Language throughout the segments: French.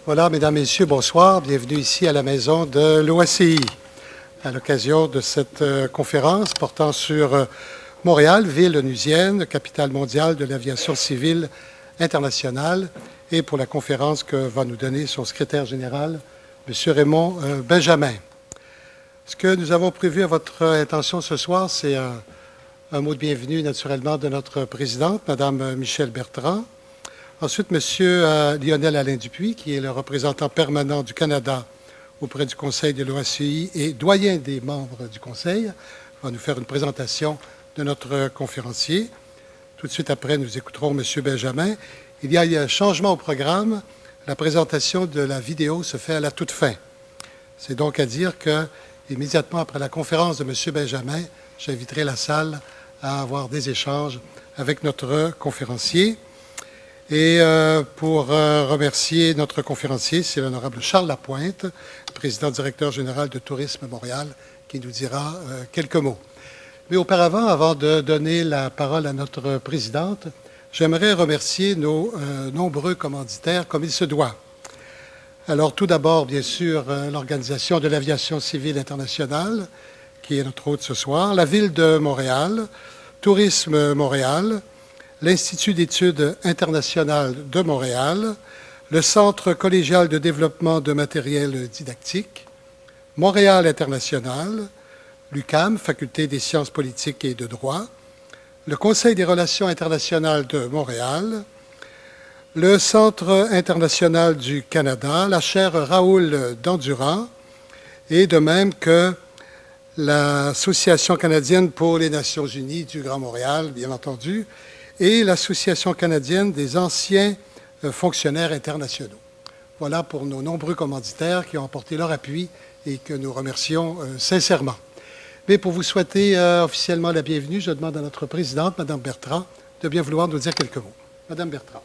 Voilà, mesdames, messieurs, bonsoir. Bienvenue ici à la maison de l'OACI à l'occasion de cette conférence portant sur Montréal, ville onusienne, capitale mondiale de l'aviation civile internationale, et pour la conférence que va nous donner son secrétaire général, M. Raymond Benjamin. Ce que nous avons prévu à votre intention ce soir, c'est un mot de bienvenue, naturellement, de notre présidente, Mme Michèle Bertrand. Ensuite, M. Lionel Alain Dupuis, qui est le représentant permanent du Canada auprès du Conseil de l'OACI et doyen des membres du Conseil, va nous faire une présentation de notre conférencier. Tout de suite après, nous écouterons M. Benjamin. Il y a un changement au programme. La présentation de la vidéo se fait à la toute fin. C'est donc à dire que, immédiatement après la conférence de M. Benjamin, j'inviterai la salle à avoir des échanges avec notre conférencier. Et pour remercier notre conférencier, c'est l'honorable Charles Lapointe, président directeur général de Tourisme Montréal, qui nous dira quelques mots. Mais auparavant, avant de donner la parole à notre présidente, j'aimerais remercier nos nombreux commanditaires comme il se doit. Alors, tout d'abord, bien sûr, l'Organisation de l'aviation civile internationale, qui est notre hôte ce soir, la Ville de Montréal, Tourisme Montréal, l'Institut d'études internationales de Montréal, le Centre collégial de développement de matériel didactique, Montréal International, l'UQAM, Faculté des sciences politiques et de droit, le Conseil des relations internationales de Montréal, le Centre international du Canada, la chaire Raoul Dandurand, et de même que l'Association canadienne pour les Nations unies du Grand Montréal, bien entendu, et l'Association canadienne des anciens fonctionnaires internationaux. Voilà pour nos nombreux commanditaires qui ont apporté leur appui et que nous remercions sincèrement. Mais pour vous souhaiter officiellement la bienvenue, je demande à notre présidente, Mme Bertrand, de bien vouloir nous dire quelques mots. Mme Bertrand.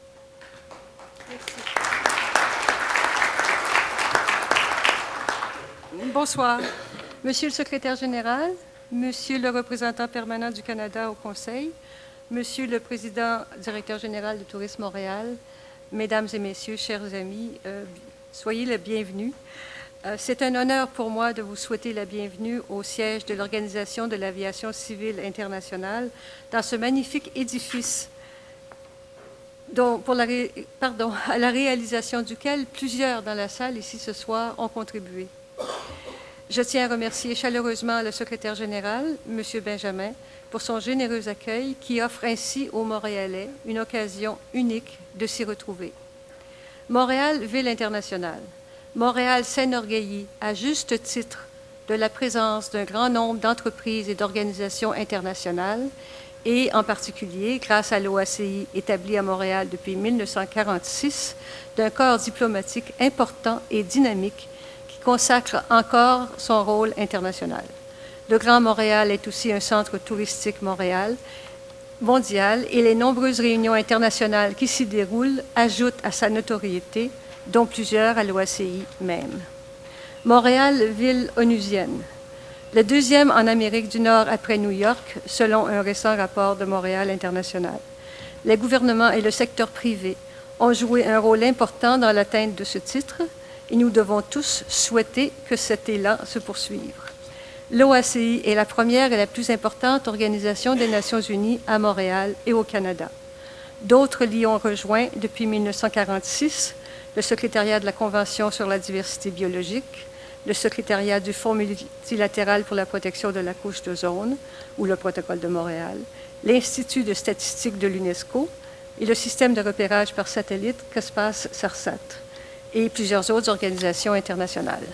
Merci. Bonsoir. Monsieur le secrétaire général, Monsieur le représentant permanent du Canada au Conseil, Monsieur le Président directeur général de Tourisme Montréal, Mesdames et Messieurs, chers amis, soyez les bienvenus. C'est un honneur pour moi de vous souhaiter la bienvenue au siège de l'Organisation de l'aviation civile internationale dans ce magnifique édifice à la réalisation duquel plusieurs dans la salle ici ce soir ont contribué. Je tiens à remercier chaleureusement le secrétaire général, M. Benjamin, pour son généreux accueil qui offre ainsi aux Montréalais une occasion unique de s'y retrouver. Montréal, ville internationale. Montréal s'enorgueillit à juste titre de la présence d'un grand nombre d'entreprises et d'organisations internationales et en particulier, grâce à l'OACI établie à Montréal depuis 1946, d'un corps diplomatique important et dynamique qui consacre encore son rôle international. Le Grand Montréal est aussi un centre touristique mondial et les nombreuses réunions internationales qui s'y déroulent ajoutent à sa notoriété, dont plusieurs à l'OACI même. Montréal, ville onusienne. Le deuxième en Amérique du Nord après New York, selon un récent rapport de Montréal International. Les gouvernements et le secteur privé ont joué un rôle important dans l'atteinte de ce titre et nous devons tous souhaiter que cet élan se poursuive. L'OACI est la première et la plus importante organisation des Nations unies à Montréal et au Canada. D'autres l'y ont rejoint depuis 1946, le secrétariat de la Convention sur la diversité biologique, le secrétariat du Fonds multilatéral pour la protection de la couche d'ozone, ou le protocole de Montréal, l'Institut de statistique de l'UNESCO et le système de repérage par satellite COSPAS-SARSAT, et plusieurs autres organisations internationales.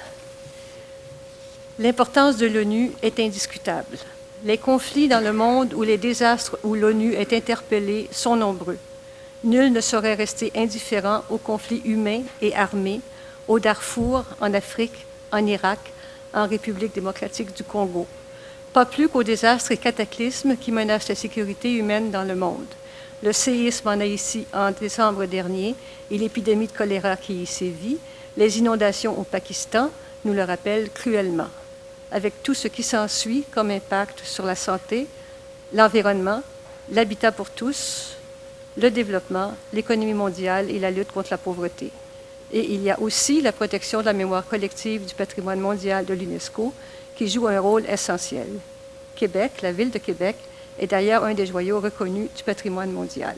L'importance de l'ONU est indiscutable. Les conflits dans le monde ou les désastres où l'ONU est interpellée sont nombreux. Nul ne saurait rester indifférent aux conflits humains et armés au Darfour, en Afrique, en Irak, en République démocratique du Congo. Pas plus qu'aux désastres et cataclysmes qui menacent la sécurité humaine dans le monde. Le séisme en Haïti en décembre dernier et l'épidémie de choléra qui y sévit, les inondations au Pakistan nous le rappellent cruellement, avec tout ce qui s'ensuit comme impact sur la santé, l'environnement, l'habitat pour tous, le développement, l'économie mondiale et la lutte contre la pauvreté. Et il y a aussi la protection de la mémoire collective du patrimoine mondial de l'UNESCO, qui joue un rôle essentiel. Québec, la ville de Québec, est d'ailleurs un des joyaux reconnus du patrimoine mondial.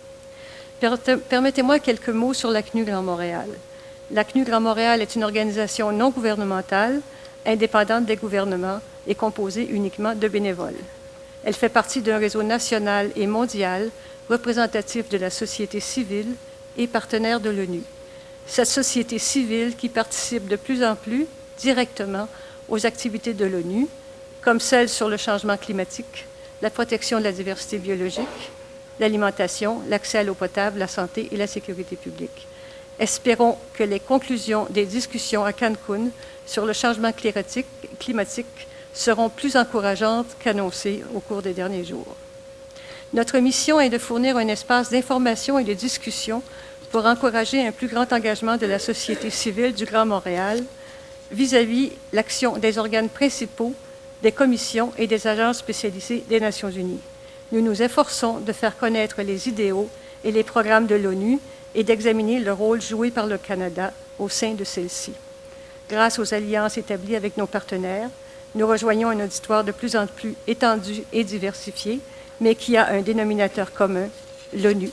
Permettez-moi quelques mots sur la CNU Grand Montréal. La CNU Grand Montréal est une organisation non gouvernementale, indépendante des gouvernements et composée uniquement de bénévoles. Elle fait partie d'un réseau national et mondial représentatif de la société civile et partenaire de l'ONU. Cette société civile qui participe de plus en plus directement aux activités de l'ONU, comme celles sur le changement climatique, la protection de la diversité biologique, l'alimentation, l'accès à l'eau potable, la santé et la sécurité publique. Espérons que les conclusions des discussions à Cancun sur le changement climatique seront plus encourageantes qu'annoncées au cours des derniers jours. Notre mission est de fournir un espace d'information et de discussion pour encourager un plus grand engagement de la société civile du Grand Montréal vis-à-vis l'action des organes principaux, des commissions et des agences spécialisées des Nations unies. Nous nous efforçons de faire connaître les idéaux et les programmes de l'ONU et d'examiner le rôle joué par le Canada au sein de celle-ci. Grâce aux alliances établies avec nos partenaires, nous rejoignons un auditoire de plus en plus étendu et diversifié, mais qui a un dénominateur commun, l'ONU.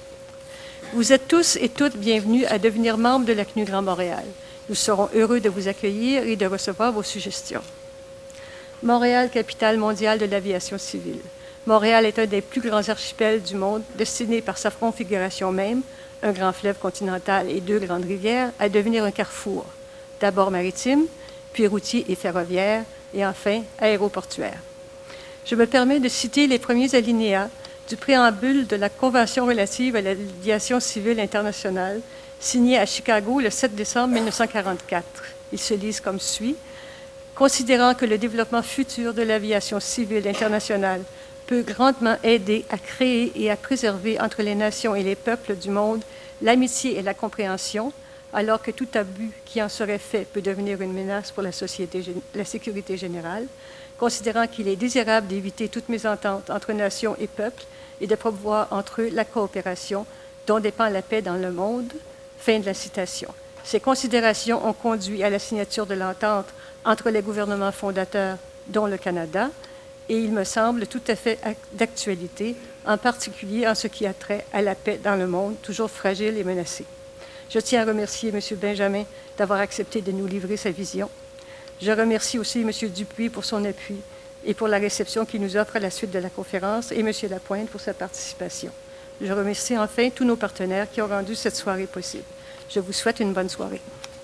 Vous êtes tous et toutes bienvenus à devenir membres de la CNU Grand Montréal. Nous serons heureux de vous accueillir et de recevoir vos suggestions. Montréal, capitale mondiale de l'aviation civile. Montréal est un des plus grands archipels du monde, destiné par sa configuration même, un grand fleuve continental et deux grandes rivières, à devenir un carrefour, d'abord maritime, puis routier et ferroviaire, et enfin aéroportuaire. Je me permets de citer les premiers alinéas du préambule de la Convention relative à l'aviation civile internationale, signée à Chicago le 7 décembre 1944. Ils se lisent comme suit. Considérant que le développement futur de l'aviation civile internationale peut grandement aider à créer et à préserver entre les nations et les peuples du monde l'amitié et la compréhension, alors que tout abus qui en serait fait peut devenir une menace pour la sécurité générale, considérant qu'il est désirable d'éviter toute mésentente entre nations et peuples et de promouvoir entre eux la coopération dont dépend la paix dans le monde. Fin de la citation. Ces considérations ont conduit à la signature de l'entente entre les gouvernements fondateurs, dont le Canada, et il me semble tout à fait d'actualité, en particulier en ce qui a trait à la paix dans le monde, toujours fragile et menacée. Je tiens à remercier M. Benjamin d'avoir accepté de nous livrer sa vision. Je remercie aussi M. Dupuis pour son appui et pour la réception qu'il nous offre à la suite de la conférence, et M. Lapointe pour sa participation. Je remercie enfin tous nos partenaires qui ont rendu cette soirée possible. Je vous souhaite une bonne soirée.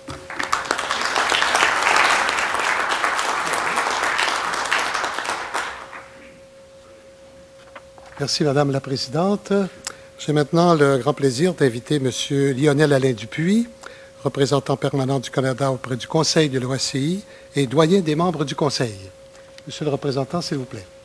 Merci, Madame la Présidente. J'ai maintenant le grand plaisir d'inviter M. Lionel Alain Dupuis, représentant permanent du Canada auprès du Conseil de l'OACI et doyen des membres du Conseil. Monsieur le représentant, s'il vous plaît.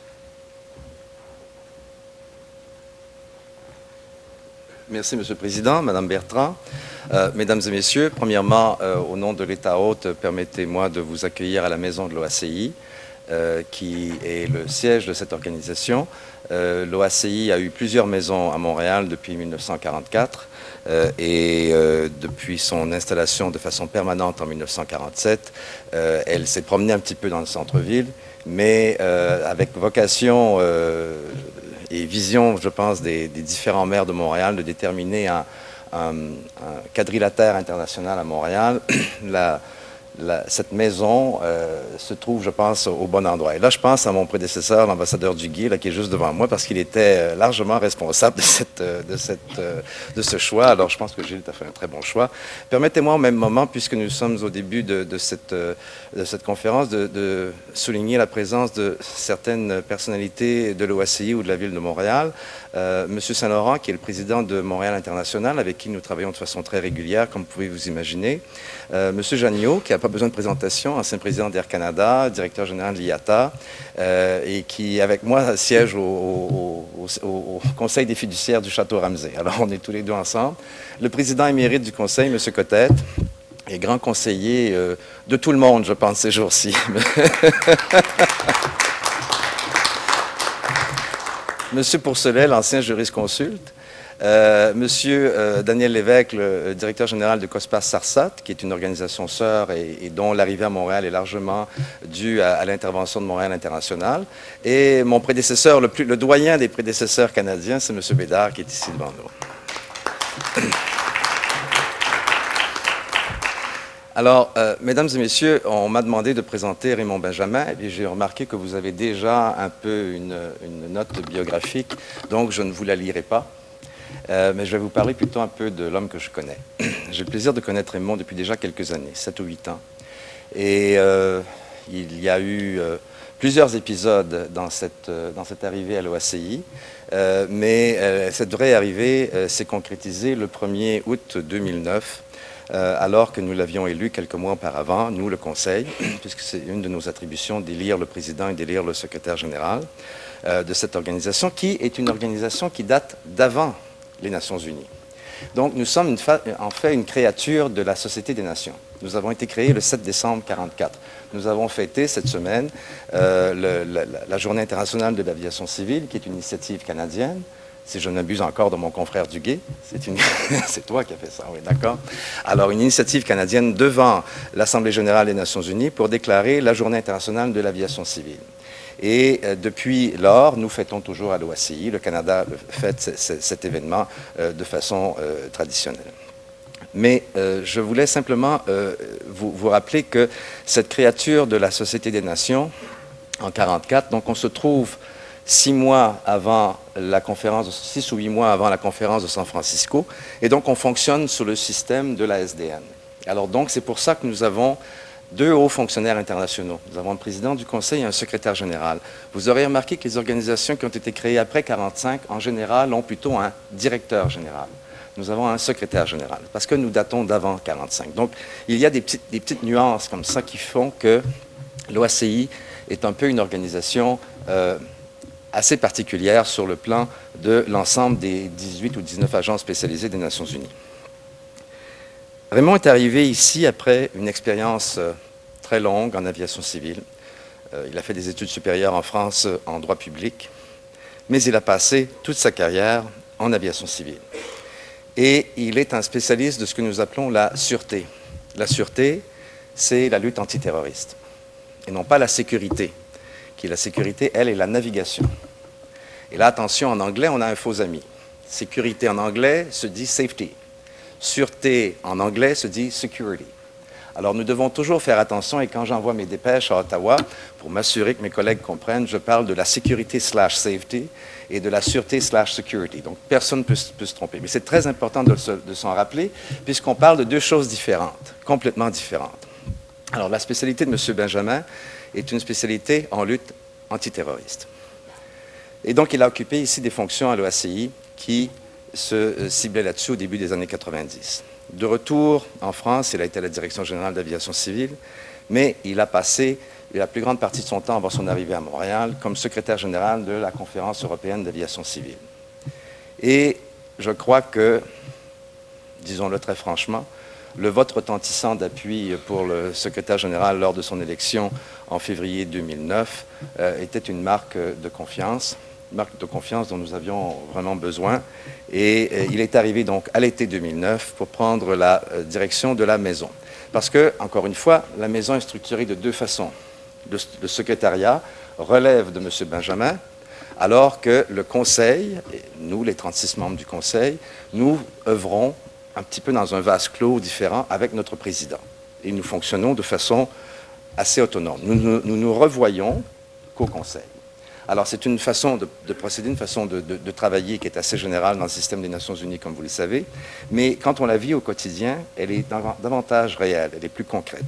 Merci, Monsieur le Président, Madame Bertrand. Mesdames et Messieurs, premièrement, au nom de l'État hôte, permettez-moi de vous accueillir à la maison de l'OACI, qui est le siège de cette organisation. L'OACI a eu plusieurs maisons à Montréal depuis 1944 et depuis son installation de façon permanente en 1947, elle s'est promenée un petit peu dans le centre-ville, mais avec vocation et vision, je pense, des différents maires de Montréal de déterminer un quadrilatère international à Montréal. Cette maison se trouve, je pense, au bon endroit. Et là, je pense à mon prédécesseur, l'ambassadeur Duguay, là, qui est juste devant moi, parce qu'il était largement responsable de ce choix. Alors, je pense que Gilles a fait un très bon choix. Permettez-moi, au même moment, puisque nous sommes au début de cette conférence, de souligner la présence de certaines personnalités de l'OACI ou de la ville de Montréal. Monsieur Saint-Laurent, qui est le président de Montréal International, avec qui nous travaillons de façon très régulière, comme vous pouvez vous imaginer. Monsieur Janiot, qui n'a pas besoin de présentation, ancien président d'Air Canada, directeur général de l'IATA, et qui, avec moi, siège au Conseil des fiduciaires du Château Ramsay. Alors, on est tous les deux ensemble. Le président émérite du Conseil, M. Cottette, est grand conseiller de tout le monde, je pense, ces jours-ci. Monsieur Pourcelet, l'ancien jurisconsulte, Monsieur Daniel Lévesque, le directeur général de COSPAS SARSAT, qui est une organisation sœur et dont l'arrivée à Montréal est largement due à l'intervention de Montréal International. Et mon prédécesseur, le doyen des prédécesseurs canadiens, c'est Monsieur Bédard, qui est ici devant nous. Alors, mesdames et messieurs, on m'a demandé de présenter Raymond Benjamin et j'ai remarqué que vous avez déjà un peu une note biographique, donc je ne vous la lirai pas. Mais je vais vous parler plutôt un peu de l'homme que je connais. J'ai le plaisir de connaître Raymond depuis déjà quelques années, 7 ou 8 ans. Et il y a eu plusieurs épisodes dans cette arrivée à l'OACI, mais cette vraie arrivée s'est concrétisée le 1er août 2009, alors que nous l'avions élu quelques mois auparavant, nous, le Conseil, puisque c'est une de nos attributions d'élire le président et d'élire le secrétaire général de cette organisation, qui est une organisation qui date d'avant les Nations Unies. Donc, nous sommes en fait une créature de la Société des Nations. Nous avons été créés le 7 décembre 1944. Nous avons fêté cette semaine la Journée internationale de l'aviation civile, qui est une initiative canadienne. Si je n'abuse encore de mon confrère Duguay, c'est toi qui as fait ça, oui, d'accord. Alors, une initiative canadienne devant l'Assemblée générale des Nations Unies pour déclarer la Journée internationale de l'aviation civile. Et depuis lors, nous fêtons toujours à l'OACI. Le Canada fête cet événement de façon traditionnelle. Mais je voulais simplement vous rappeler que cette créature de la Société des Nations, en 1944, donc on se trouve 6 mois avant la conférence, 6 ou 8 mois avant la conférence de San Francisco, et donc on fonctionne sous le système de la SDN. Alors donc c'est pour ça que nous avons 2 hauts fonctionnaires internationaux. Nous avons un président du Conseil et un secrétaire général. Vous aurez remarqué que les organisations qui ont été créées après 1945, en général, ont plutôt un directeur général. Nous avons un secrétaire général, parce que nous datons d'avant 1945. Donc il y a des petites nuances comme ça qui font que l'OACI est un peu une organisation assez particulière sur le plan de l'ensemble des 18 ou 19 agences spécialisées des Nations Unies. Raymond est arrivé ici après une expérience très longue en aviation civile. Il a fait des études supérieures en France en droit public, mais il a passé toute sa carrière en aviation civile. Et il est un spécialiste de ce que nous appelons la sûreté. La sûreté, c'est la lutte antiterroriste, et non pas la sécurité. Qui est la sécurité, elle, est la navigation. Et là, attention, en anglais, on a un faux ami. Sécurité en anglais se dit safety. Sûreté en anglais se dit security. Alors, nous devons toujours faire attention, et quand j'envoie mes dépêches à Ottawa, pour m'assurer que mes collègues comprennent, je parle de la sécurité/safety et de la sûreté/security. Donc, personne ne peut se tromper. Mais c'est très important de s'en rappeler, puisqu'on parle de 2 choses différentes, complètement différentes. Alors, la spécialité de M. Benjamin est une spécialité en lutte antiterroriste. Et donc, il a occupé ici des fonctions à l'OACI qui se ciblaient là-dessus au début des années 90. De retour en France, il a été à la Direction générale d'aviation civile, mais il a passé la plus grande partie de son temps avant son arrivée à Montréal comme secrétaire général de la Conférence européenne d'aviation civile. Et je crois que, disons-le très franchement, le vote retentissant d'appui pour le secrétaire général lors de son élection en février 2009 était une marque de confiance dont nous avions vraiment besoin. Et il est arrivé donc à l'été 2009 pour prendre la direction de la maison. Parce que, encore une fois, la maison est structurée de 2 façons. Le secrétariat relève de M. Benjamin, alors que le Conseil, et nous, les 36 membres du Conseil, nous œuvrons un petit peu dans un vase clos différent avec notre président. Et nous fonctionnons de façon assez autonome. Nous nous revoyons qu'au Conseil. Alors, c'est une façon de procéder, une façon de travailler qui est assez générale dans le système des Nations Unies, comme vous le savez. Mais quand on la vit au quotidien, elle est davantage réelle, elle est plus concrète.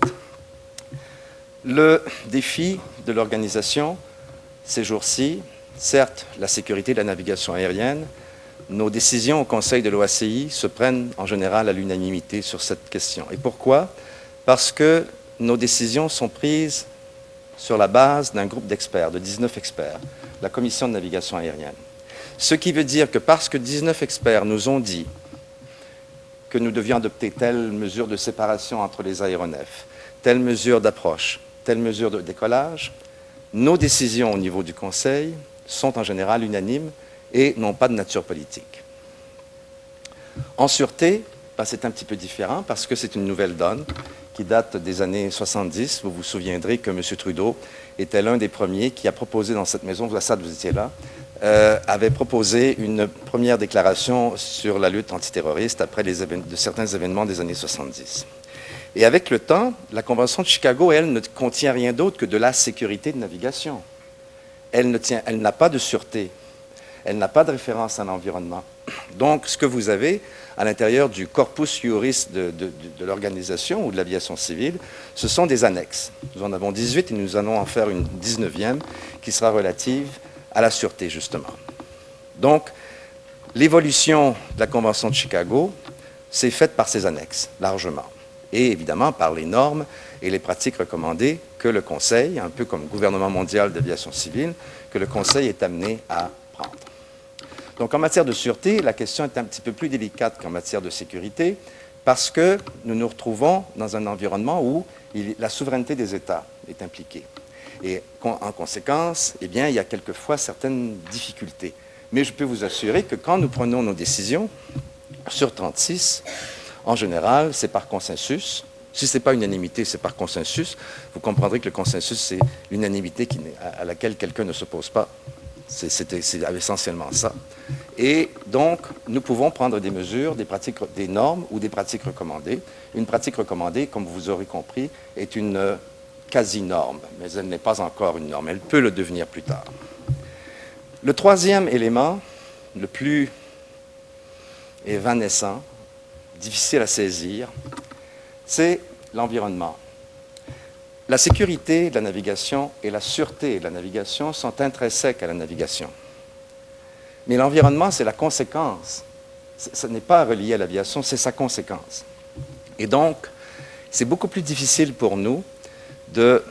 Le défi de l'organisation, ces jours-ci, certes, la sécurité de la navigation aérienne, nos décisions au Conseil de l'OACI se prennent en général à l'unanimité sur cette question. Et pourquoi? Parce que nos décisions sont prises sur la base d'un groupe d'experts, de 19 experts, la Commission de navigation aérienne. Ce qui veut dire que parce que 19 experts nous ont dit que nous devions adopter telle mesure de séparation entre les aéronefs, telle mesure d'approche, telle mesure de décollage, nos décisions au niveau du Conseil sont en général unanimes et n'ont pas de nature politique. En sûreté, ben, c'est un petit peu différent parce que c'est une nouvelle donne qui date des années 70. Vous vous souviendrez que M. Trudeau était l'un des premiers qui a proposé dans cette maison, vous étiez là, avait proposé une première déclaration sur la lutte antiterroriste après certains événements des années 70. Et avec le temps, la Convention de Chicago, elle, ne contient rien d'autre que de la sécurité de navigation. Elle n'a pas de sûreté. Elle n'a pas de référence à l'environnement. Donc, ce que vous avez à l'intérieur du corpus juris de l'organisation ou de l'aviation civile, ce sont des annexes. Nous en avons 18 et nous allons en faire une 19e qui sera relative à la sûreté, justement. Donc, l'évolution de la Convention de Chicago s'est faite par ces annexes, largement. Et évidemment par les normes et les pratiques recommandées que le Conseil, un peu comme le gouvernement mondial d'aviation civile, que le Conseil est amené à prendre. Donc en matière de sûreté, la question est un petit peu plus délicate qu'en matière de sécurité parce que nous nous retrouvons dans un environnement où la souveraineté des États est impliquée. Et en conséquence, eh bien, il y a quelquefois certaines difficultés. Mais je peux vous assurer que quand nous prenons nos décisions, sur 36, en général, c'est par consensus. Si ce n'est pas unanimité, c'est par consensus. Vous comprendrez que le consensus, c'est l'unanimité à laquelle quelqu'un ne s'oppose pas. C'est essentiellement ça. Et donc, nous pouvons prendre des mesures, des normes ou des pratiques recommandées. Une pratique recommandée, comme vous aurez compris, est une quasi-norme, mais elle n'est pas encore une norme. Elle peut le devenir plus tard. Le troisième élément, le plus évanescent, difficile à saisir, c'est l'environnement. La sécurité de la navigation et la sûreté de la navigation sont intrinsèques à la navigation. Mais l'environnement, c'est la conséquence. Ce n'est pas relié à l'aviation, c'est sa conséquence. Et donc, c'est beaucoup plus difficile pour nous de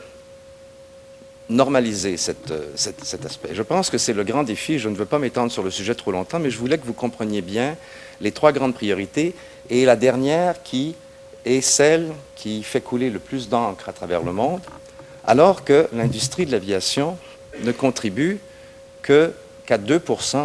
normaliser cet aspect. Je pense que c'est le grand défi. Je ne veux pas m'étendre sur le sujet trop longtemps, mais je voulais que vous compreniez bien les trois grandes priorités et la dernière qui est celle qui fait couler le plus d'encre à travers le monde, alors que l'industrie de l'aviation ne contribue qu'à 2%,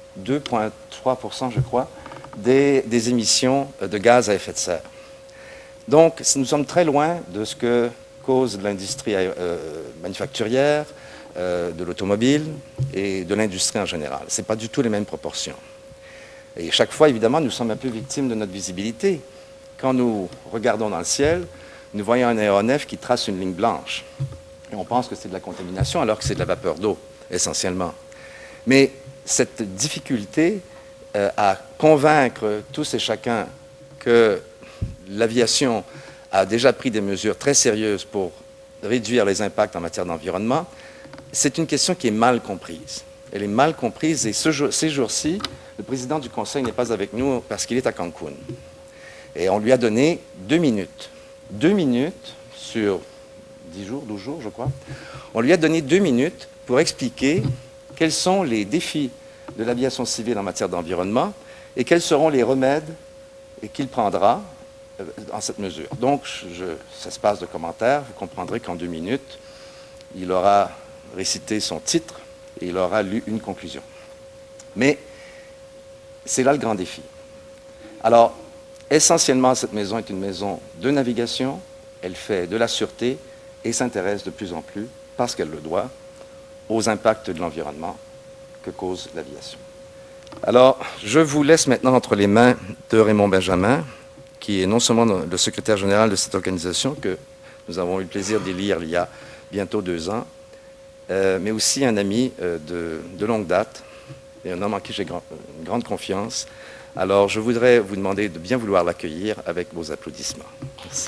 2,3% je crois, des émissions de gaz à effet de serre. Donc, nous sommes très loin de ce que cause l'industrie manufacturière, de l'automobile et de l'industrie en général. Ce n'est pas du tout les mêmes proportions. Et chaque fois, évidemment, nous sommes un peu victimes de notre visibilité. Quand nous regardons dans le ciel, nous voyons un aéronef qui trace une ligne blanche. Et on pense que c'est de la contamination, alors que c'est de la vapeur d'eau, essentiellement. Mais cette difficulté à convaincre tous et chacun que l'aviation a déjà pris des mesures très sérieuses pour réduire les impacts en matière d'environnement, c'est une question qui est mal comprise. Elle est mal comprise et ces jours-ci, le président du Conseil n'est pas avec nous parce qu'il est à Cancun. Et on lui a donné 2 minutes. 2 minutes sur 10 jours, 12 jours, je crois. On lui a donné 2 minutes pour expliquer quels sont les défis de l'aviation civile en matière d'environnement et quels seront les remèdes qu'il prendra en cette mesure. Donc, ça se passe de commentaires. Vous comprendrez qu'en 2 minutes, il aura récité son titre et il aura lu une conclusion. Mais c'est là le grand défi. Alors, essentiellement, cette maison est une maison de navigation. Elle fait de la sûreté et s'intéresse de plus en plus, parce qu'elle le doit, aux impacts de l'environnement que cause l'aviation. Alors, je vous laisse maintenant entre les mains de Raymond Benjamin, qui est non seulement le secrétaire général de cette organisation, que nous avons eu le plaisir d'élire il y a bientôt 2 ans, mais aussi un ami de longue date, et un homme en qui j'ai une grande confiance. Alors, je voudrais vous demander de bien vouloir l'accueillir avec vos applaudissements. Merci.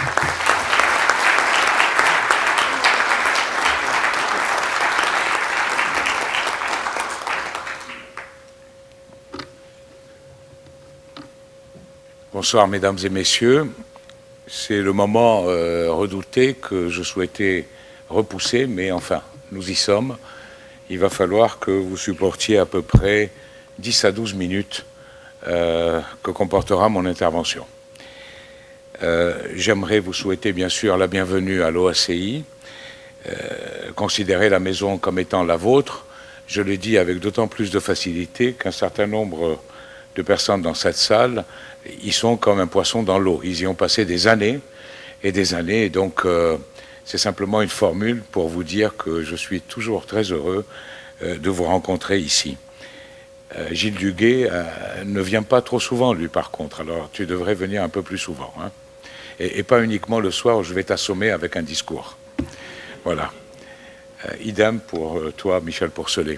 Bonsoir, mesdames et messieurs. C'est le moment redouté que je souhaitais repousser, mais enfin, nous y sommes. Il va falloir que vous supportiez à peu près 10 à 12 minutes que comportera mon intervention. J'aimerais vous souhaiter bien sûr la bienvenue à l'OACI, considérer la maison comme étant la vôtre. Je le dis avec d'autant plus de facilité qu'un certain nombre de personnes dans cette salle, ils sont comme un poisson dans l'eau. Ils y ont passé des années et des années. Et donc, c'est simplement une formule pour vous dire que je suis toujours très heureux de vous rencontrer ici. Gilles Duguay ne vient pas trop souvent, lui, par contre. Alors, tu devrais venir un peu plus souvent. Hein, et pas uniquement le soir où je vais t'assommer avec un discours. Voilà. Idem pour toi, Michel Porcelet.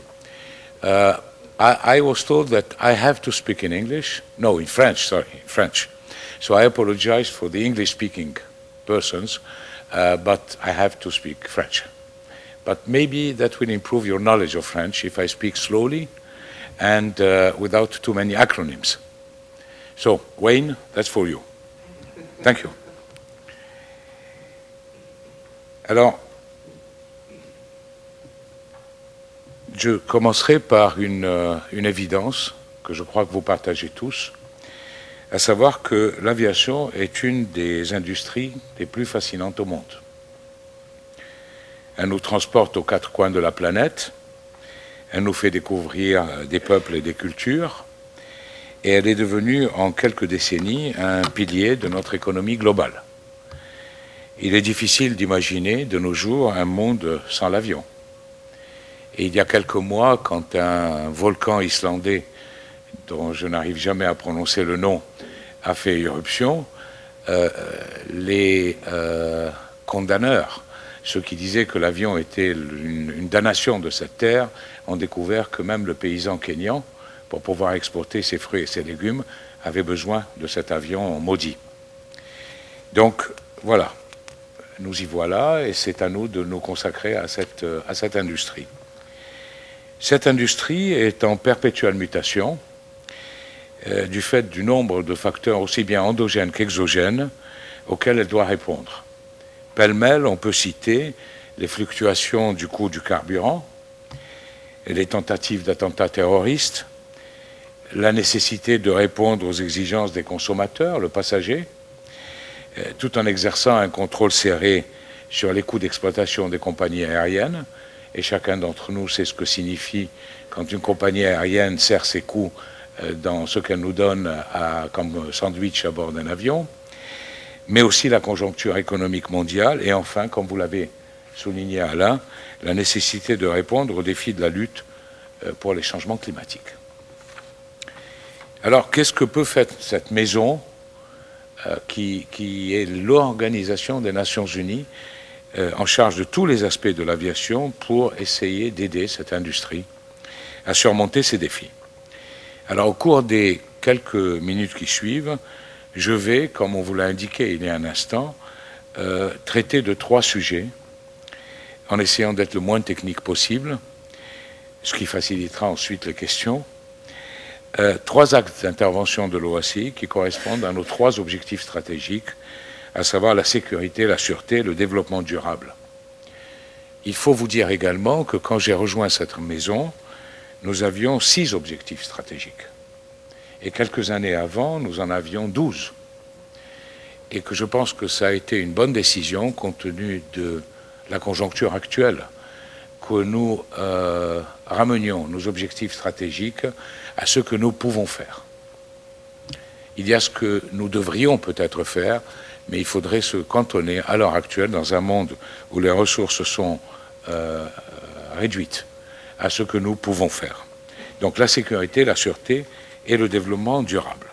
I was told that I have to speak in English. No, in French, sorry, in French. So I apologize for the English-speaking persons, but I have to speak French. But maybe that will improve your knowledge of French if I speak slowly and without too many acronyms. So, Wayne, that's for you. Thank you. Alors, je commencerai par une évidence que je crois que vous partagez tous, à savoir que l'aviation est une des industries les plus fascinantes au monde. Elle nous transporte aux quatre coins de la planète, elle nous fait découvrir des peuples et des cultures, et elle est devenue en quelques décennies un pilier de notre économie globale. Il est difficile d'imaginer de nos jours un monde sans l'avion. Et il y a quelques mois, quand un volcan islandais, dont je n'arrive jamais à prononcer le nom, a fait irruption, les condamneurs, ceux qui disaient que l'avion était une damnation de cette terre, ont découvert que même le paysan kényan, pour pouvoir exporter ses fruits et ses légumes, avait besoin de cet avion maudit. Donc, voilà. Nous y voilà, et c'est à nous de nous consacrer à cette industrie. Cette industrie est en perpétuelle mutation du fait du nombre de facteurs aussi bien endogènes qu'exogènes auxquels elle doit répondre. Pêle-mêle, on peut citer les fluctuations du coût du carburant, les tentatives d'attentats terroristes, la nécessité de répondre aux exigences des consommateurs, le passager, tout en exerçant un contrôle serré sur les coûts d'exploitation des compagnies aériennes. Et chacun d'entre nous sait ce que signifie quand une compagnie aérienne serre ses coûts dans ce qu'elle nous donne comme sandwich à bord d'un avion, mais aussi la conjoncture économique mondiale, et enfin, comme vous l'avez souligné Alain, la nécessité de répondre aux défis de la lutte pour les changements climatiques. Alors, qu'est-ce que peut faire cette maison qui est l'organisation des Nations Unies en charge de tous les aspects de l'aviation pour essayer d'aider cette industrie à surmonter ces défis? Alors, au cours des quelques minutes qui suivent, je vais, comme on vous l'a indiqué il y a un instant, traiter de 3 sujets, en essayant d'être le moins technique possible, ce qui facilitera ensuite les questions. 3 axes d'intervention de l'OACI qui correspondent à nos 3 objectifs stratégiques, à savoir la sécurité, la sûreté, le développement durable. Il faut vous dire également que quand j'ai rejoint cette maison, nous avions 6 objectifs stratégiques. Et quelques années avant, nous en avions 12. Et que je pense que ça a été une bonne décision compte tenu de la conjoncture actuelle, que nous ramenions nos objectifs stratégiques à ce que nous pouvons faire. Il y a ce que nous devrions peut-être faire, mais il faudrait se cantonner à l'heure actuelle dans un monde où les ressources sont réduites à ce que nous pouvons faire. Donc la sécurité, la sûreté et le développement durable.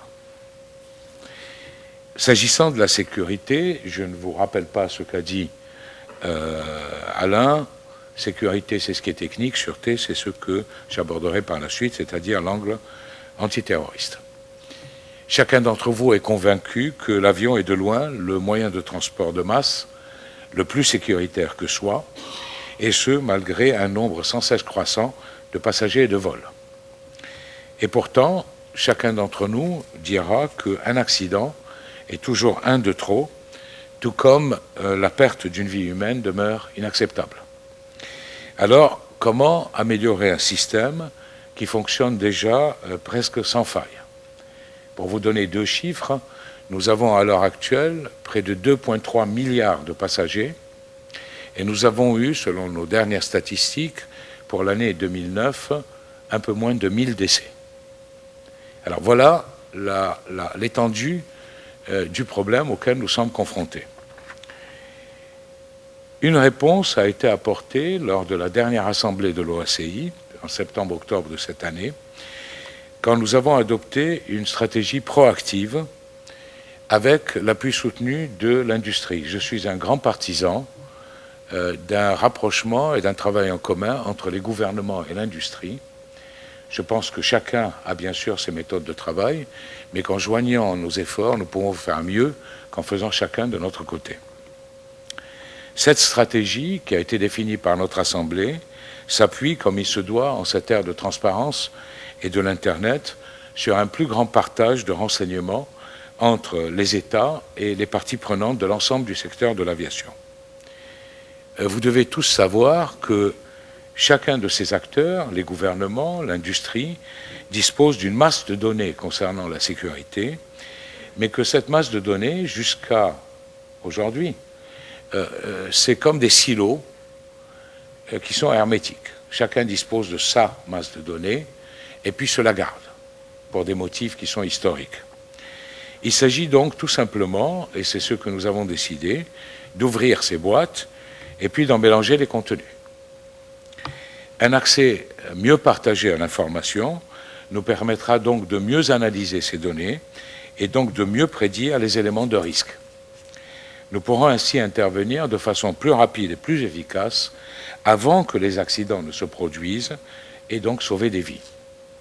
S'agissant de la sécurité, je ne vous rappelle pas ce qu'a dit Alain. Sécurité, c'est ce qui est technique. Sûreté, c'est ce que j'aborderai par la suite, c'est-à-dire l'angle antiterroriste. Chacun d'entre vous est convaincu que l'avion est de loin le moyen de transport de masse le plus sécuritaire que soit, et ce, malgré un nombre sans cesse croissant de passagers et de vols. Et pourtant, chacun d'entre nous dira qu'un accident est toujours un de trop, tout comme la perte d'une vie humaine demeure inacceptable. Alors, comment améliorer un système qui fonctionne déjà presque sans faille? Pour vous donner 2 chiffres, nous avons à l'heure actuelle près de 2,3 milliards de passagers et nous avons eu, selon nos dernières statistiques, pour l'année 2009, un peu moins de 1000 décès. Alors voilà l'étendue du problème auquel nous sommes confrontés. Une réponse a été apportée lors de la dernière assemblée de l'OACI, en septembre-octobre de cette année, quand nous avons adopté une stratégie proactive avec l'appui soutenu de l'industrie. Je suis un grand partisan d'un rapprochement et d'un travail en commun entre les gouvernements et l'industrie. Je pense que chacun a bien sûr ses méthodes de travail, mais qu'en joignant nos efforts, nous pouvons faire mieux qu'en faisant chacun de notre côté. Cette stratégie, qui a été définie par notre Assemblée, s'appuie, comme il se doit, en cette ère de transparence et de l'Internet, sur un plus grand partage de renseignements entre les États et les parties prenantes de l'ensemble du secteur de l'aviation. Vous devez tous savoir que chacun de ces acteurs, les gouvernements, l'industrie, dispose d'une masse de données concernant la sécurité, mais que cette masse de données, jusqu'à aujourd'hui, c'est comme des silos qui sont hermétiques. Chacun dispose de sa masse de données et puis se la garde pour des motifs qui sont historiques. Il s'agit donc tout simplement, et c'est ce que nous avons décidé, d'ouvrir ces boîtes et puis d'en mélanger les contenus. Un accès mieux partagé à l'information nous permettra donc de mieux analyser ces données et donc de mieux prédire les éléments de risque. Nous pourrons ainsi intervenir de façon plus rapide et plus efficace avant que les accidents ne se produisent et donc sauver des vies.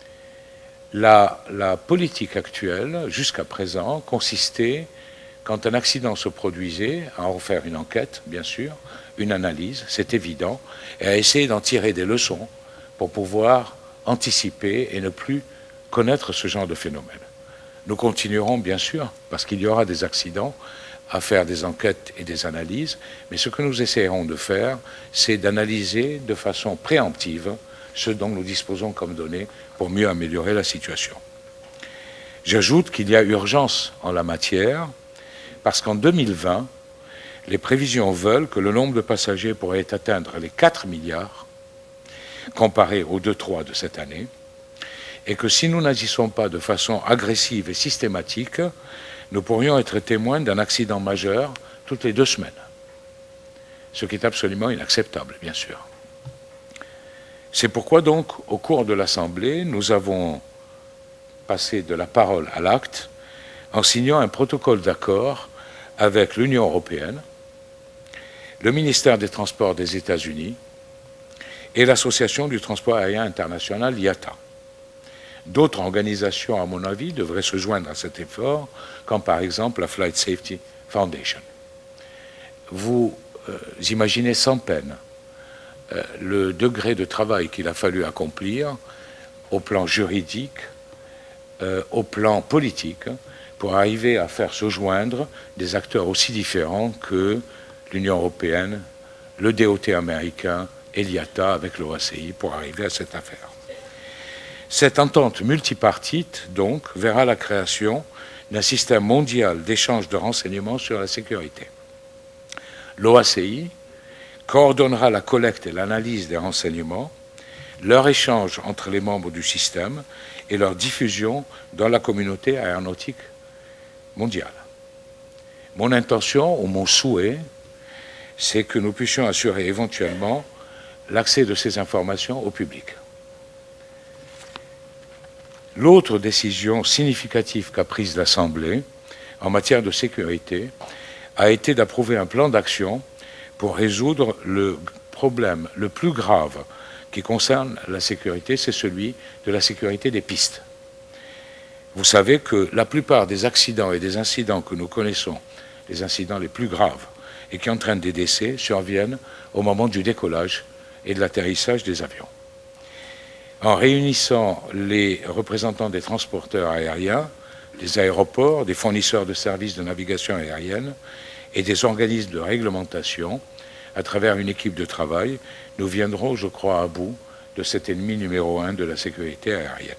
La politique actuelle, jusqu'à présent, consistait, quand un accident se produisait, à en faire une enquête, bien sûr, une analyse, c'est évident, et à essayer d'en tirer des leçons pour pouvoir anticiper et ne plus connaître ce genre de phénomène. Nous continuerons, bien sûr, parce qu'il y aura des accidents, à faire des enquêtes et des analyses, mais ce que nous essayerons de faire, c'est d'analyser de façon préemptive ce dont nous disposons comme données pour mieux améliorer la situation. J'ajoute qu'il y a urgence en la matière, parce qu'en 2020, les prévisions veulent que le nombre de passagers pourrait atteindre les 4 milliards, comparé aux 2,3 de cette année, et que si nous n'agissons pas de façon agressive et systématique, nous pourrions être témoins d'un accident majeur toutes les 2 semaines, ce qui est absolument inacceptable, bien sûr. C'est pourquoi donc, au cours de l'Assemblée, nous avons passé de la parole à l'acte en signant un protocole d'accord avec l'Union européenne, le ministère des Transports des États-Unis et l'Association du transport aérien international, IATA. D'autres organisations, à mon avis, devraient se joindre à cet effort, comme par exemple la Flight Safety Foundation. Vous imaginez sans peine le degré de travail qu'il a fallu accomplir au plan juridique, au plan politique, pour arriver à faire se joindre des acteurs aussi différents que l'Union européenne, le DOT américain et l'IATA avec l'OACI pour arriver à cette affaire. Cette entente multipartite, donc, verra la création d'un système mondial d'échange de renseignements sur la sécurité. L'OACI coordonnera la collecte et l'analyse des renseignements, leur échange entre les membres du système et leur diffusion dans la communauté aéronautique mondiale. Mon intention ou mon souhait, c'est que nous puissions assurer éventuellement l'accès de ces informations au public. L'autre décision significative qu'a prise l'Assemblée en matière de sécurité a été d'approuver un plan d'action pour résoudre le problème le plus grave qui concerne la sécurité, c'est celui de la sécurité des pistes. Vous savez que la plupart des accidents et des incidents que nous connaissons, les incidents les plus graves et qui entraînent des décès, surviennent au moment du décollage et de l'atterrissage des avions. En réunissant les représentants des transporteurs aériens, des aéroports, des fournisseurs de services de navigation aérienne et des organismes de réglementation, à travers une équipe de travail, nous viendrons, je crois, à bout de cet ennemi numéro 1 de la sécurité aérienne.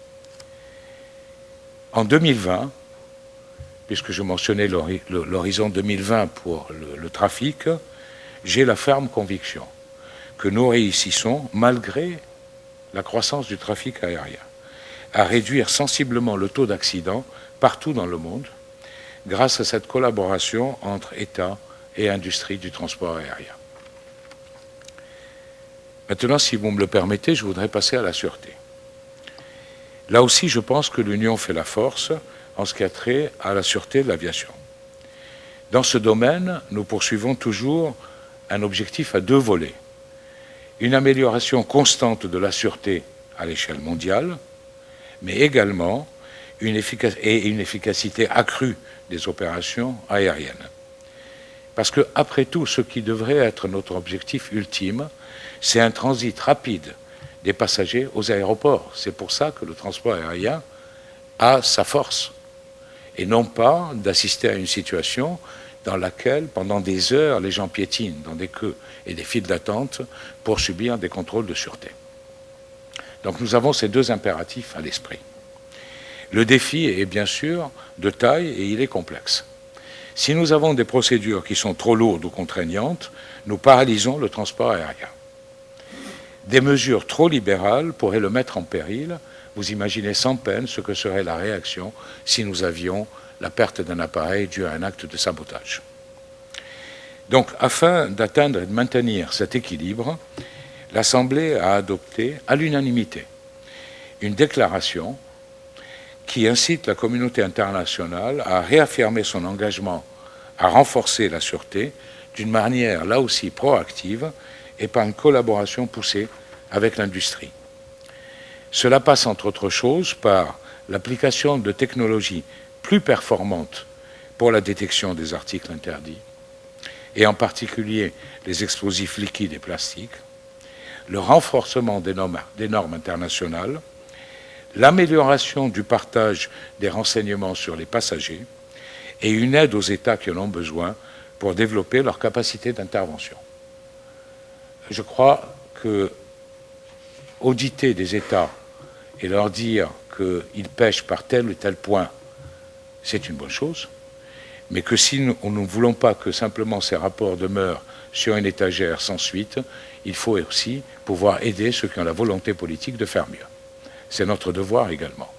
En 2020, puisque je mentionnais l'horizon 2020 pour le trafic, j'ai la ferme conviction que nous réussissons malgré la croissance du trafic aérien. à réduire sensiblement le taux d'accidents partout dans le monde grâce à cette collaboration entre État et industrie du transport aérien. Maintenant, si vous me le permettez, je voudrais passer à la sûreté. Là aussi, je pense que l'Union fait la force en ce qui a trait à la sûreté de l'aviation. Dans ce domaine, nous poursuivons toujours un objectif à deux volets. Une amélioration constante de la sûreté à l'échelle mondiale, mais également une efficacité accrue des opérations aériennes. Parce que, après tout, ce qui devrait être notre objectif ultime, c'est un transit rapide des passagers aux aéroports. C'est pour ça que le transport aérien a sa force. Et non pas d'assister à une situation dans laquelle, pendant des heures, les gens piétinent dans des queues et des files d'attente pour subir des contrôles de sûreté. Donc nous avons ces deux impératifs à l'esprit. Le défi est bien sûr de taille et il est complexe. Si nous avons des procédures qui sont trop lourdes ou contraignantes, nous paralysons le transport aérien. Des mesures trop libérales pourraient le mettre en péril. Vous imaginez sans peine ce que serait la réaction si nous avions la perte d'un appareil dû à un acte de sabotage. Donc, afin d'atteindre et de maintenir cet équilibre, l'Assemblée a adopté à l'unanimité une déclaration qui incite la communauté internationale à réaffirmer son engagement à renforcer la sûreté d'une manière là aussi proactive et par une collaboration poussée avec l'industrie. Cela passe entre autres choses par l'application de technologies plus performantes pour la détection des articles interdits, et en particulier les explosifs liquides et plastiques, le renforcement des normes internationales, l'amélioration du partage des renseignements sur les passagers et une aide aux États qui en ont besoin pour développer leur capacité d'intervention. Je crois que auditer des États et leur dire qu'ils pêchent par tel ou tel point, c'est une bonne chose, mais que si nous ne voulons pas que simplement ces rapports demeurent sur une étagère sans suite, il faut aussi pouvoir aider ceux qui ont la volonté politique de faire mieux. C'est notre devoir également.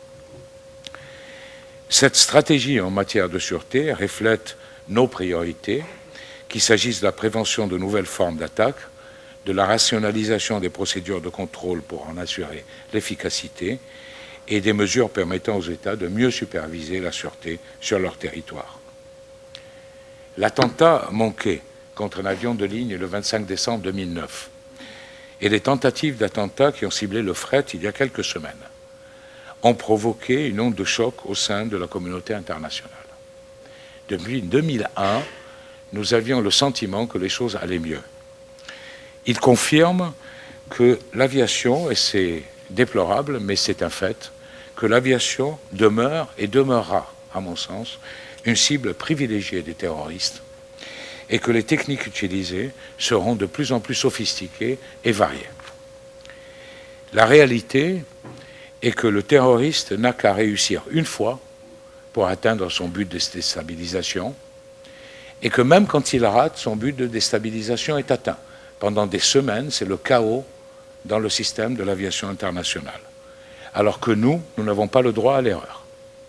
Cette stratégie en matière de sûreté reflète nos priorités, qu'il s'agisse de la prévention de nouvelles formes d'attaque, de la rationalisation des procédures de contrôle pour en assurer l'efficacité et des mesures permettant aux États de mieux superviser la sûreté sur leur territoire. L'attentat manqué contre un avion de ligne le 25 décembre 2009 et les tentatives d'attentats qui ont ciblé le fret il y a quelques semaines ont provoqué une onde de choc au sein de la communauté internationale. Depuis 2001, nous avions le sentiment que les choses allaient mieux. Il confirme que l'aviation, et c'est déplorable, mais c'est un fait, que l'aviation demeure et demeurera, à mon sens, une cible privilégiée des terroristes et que les techniques utilisées seront de plus en plus sophistiquées et variées. La réalité est que le terroriste n'a qu'à réussir une fois pour atteindre son but de déstabilisation et que même quand il rate, son but de déstabilisation est atteint. Pendant des semaines, c'est le chaos dans le système de l'aviation internationale. Alors que nous n'avons pas le droit à l'erreur.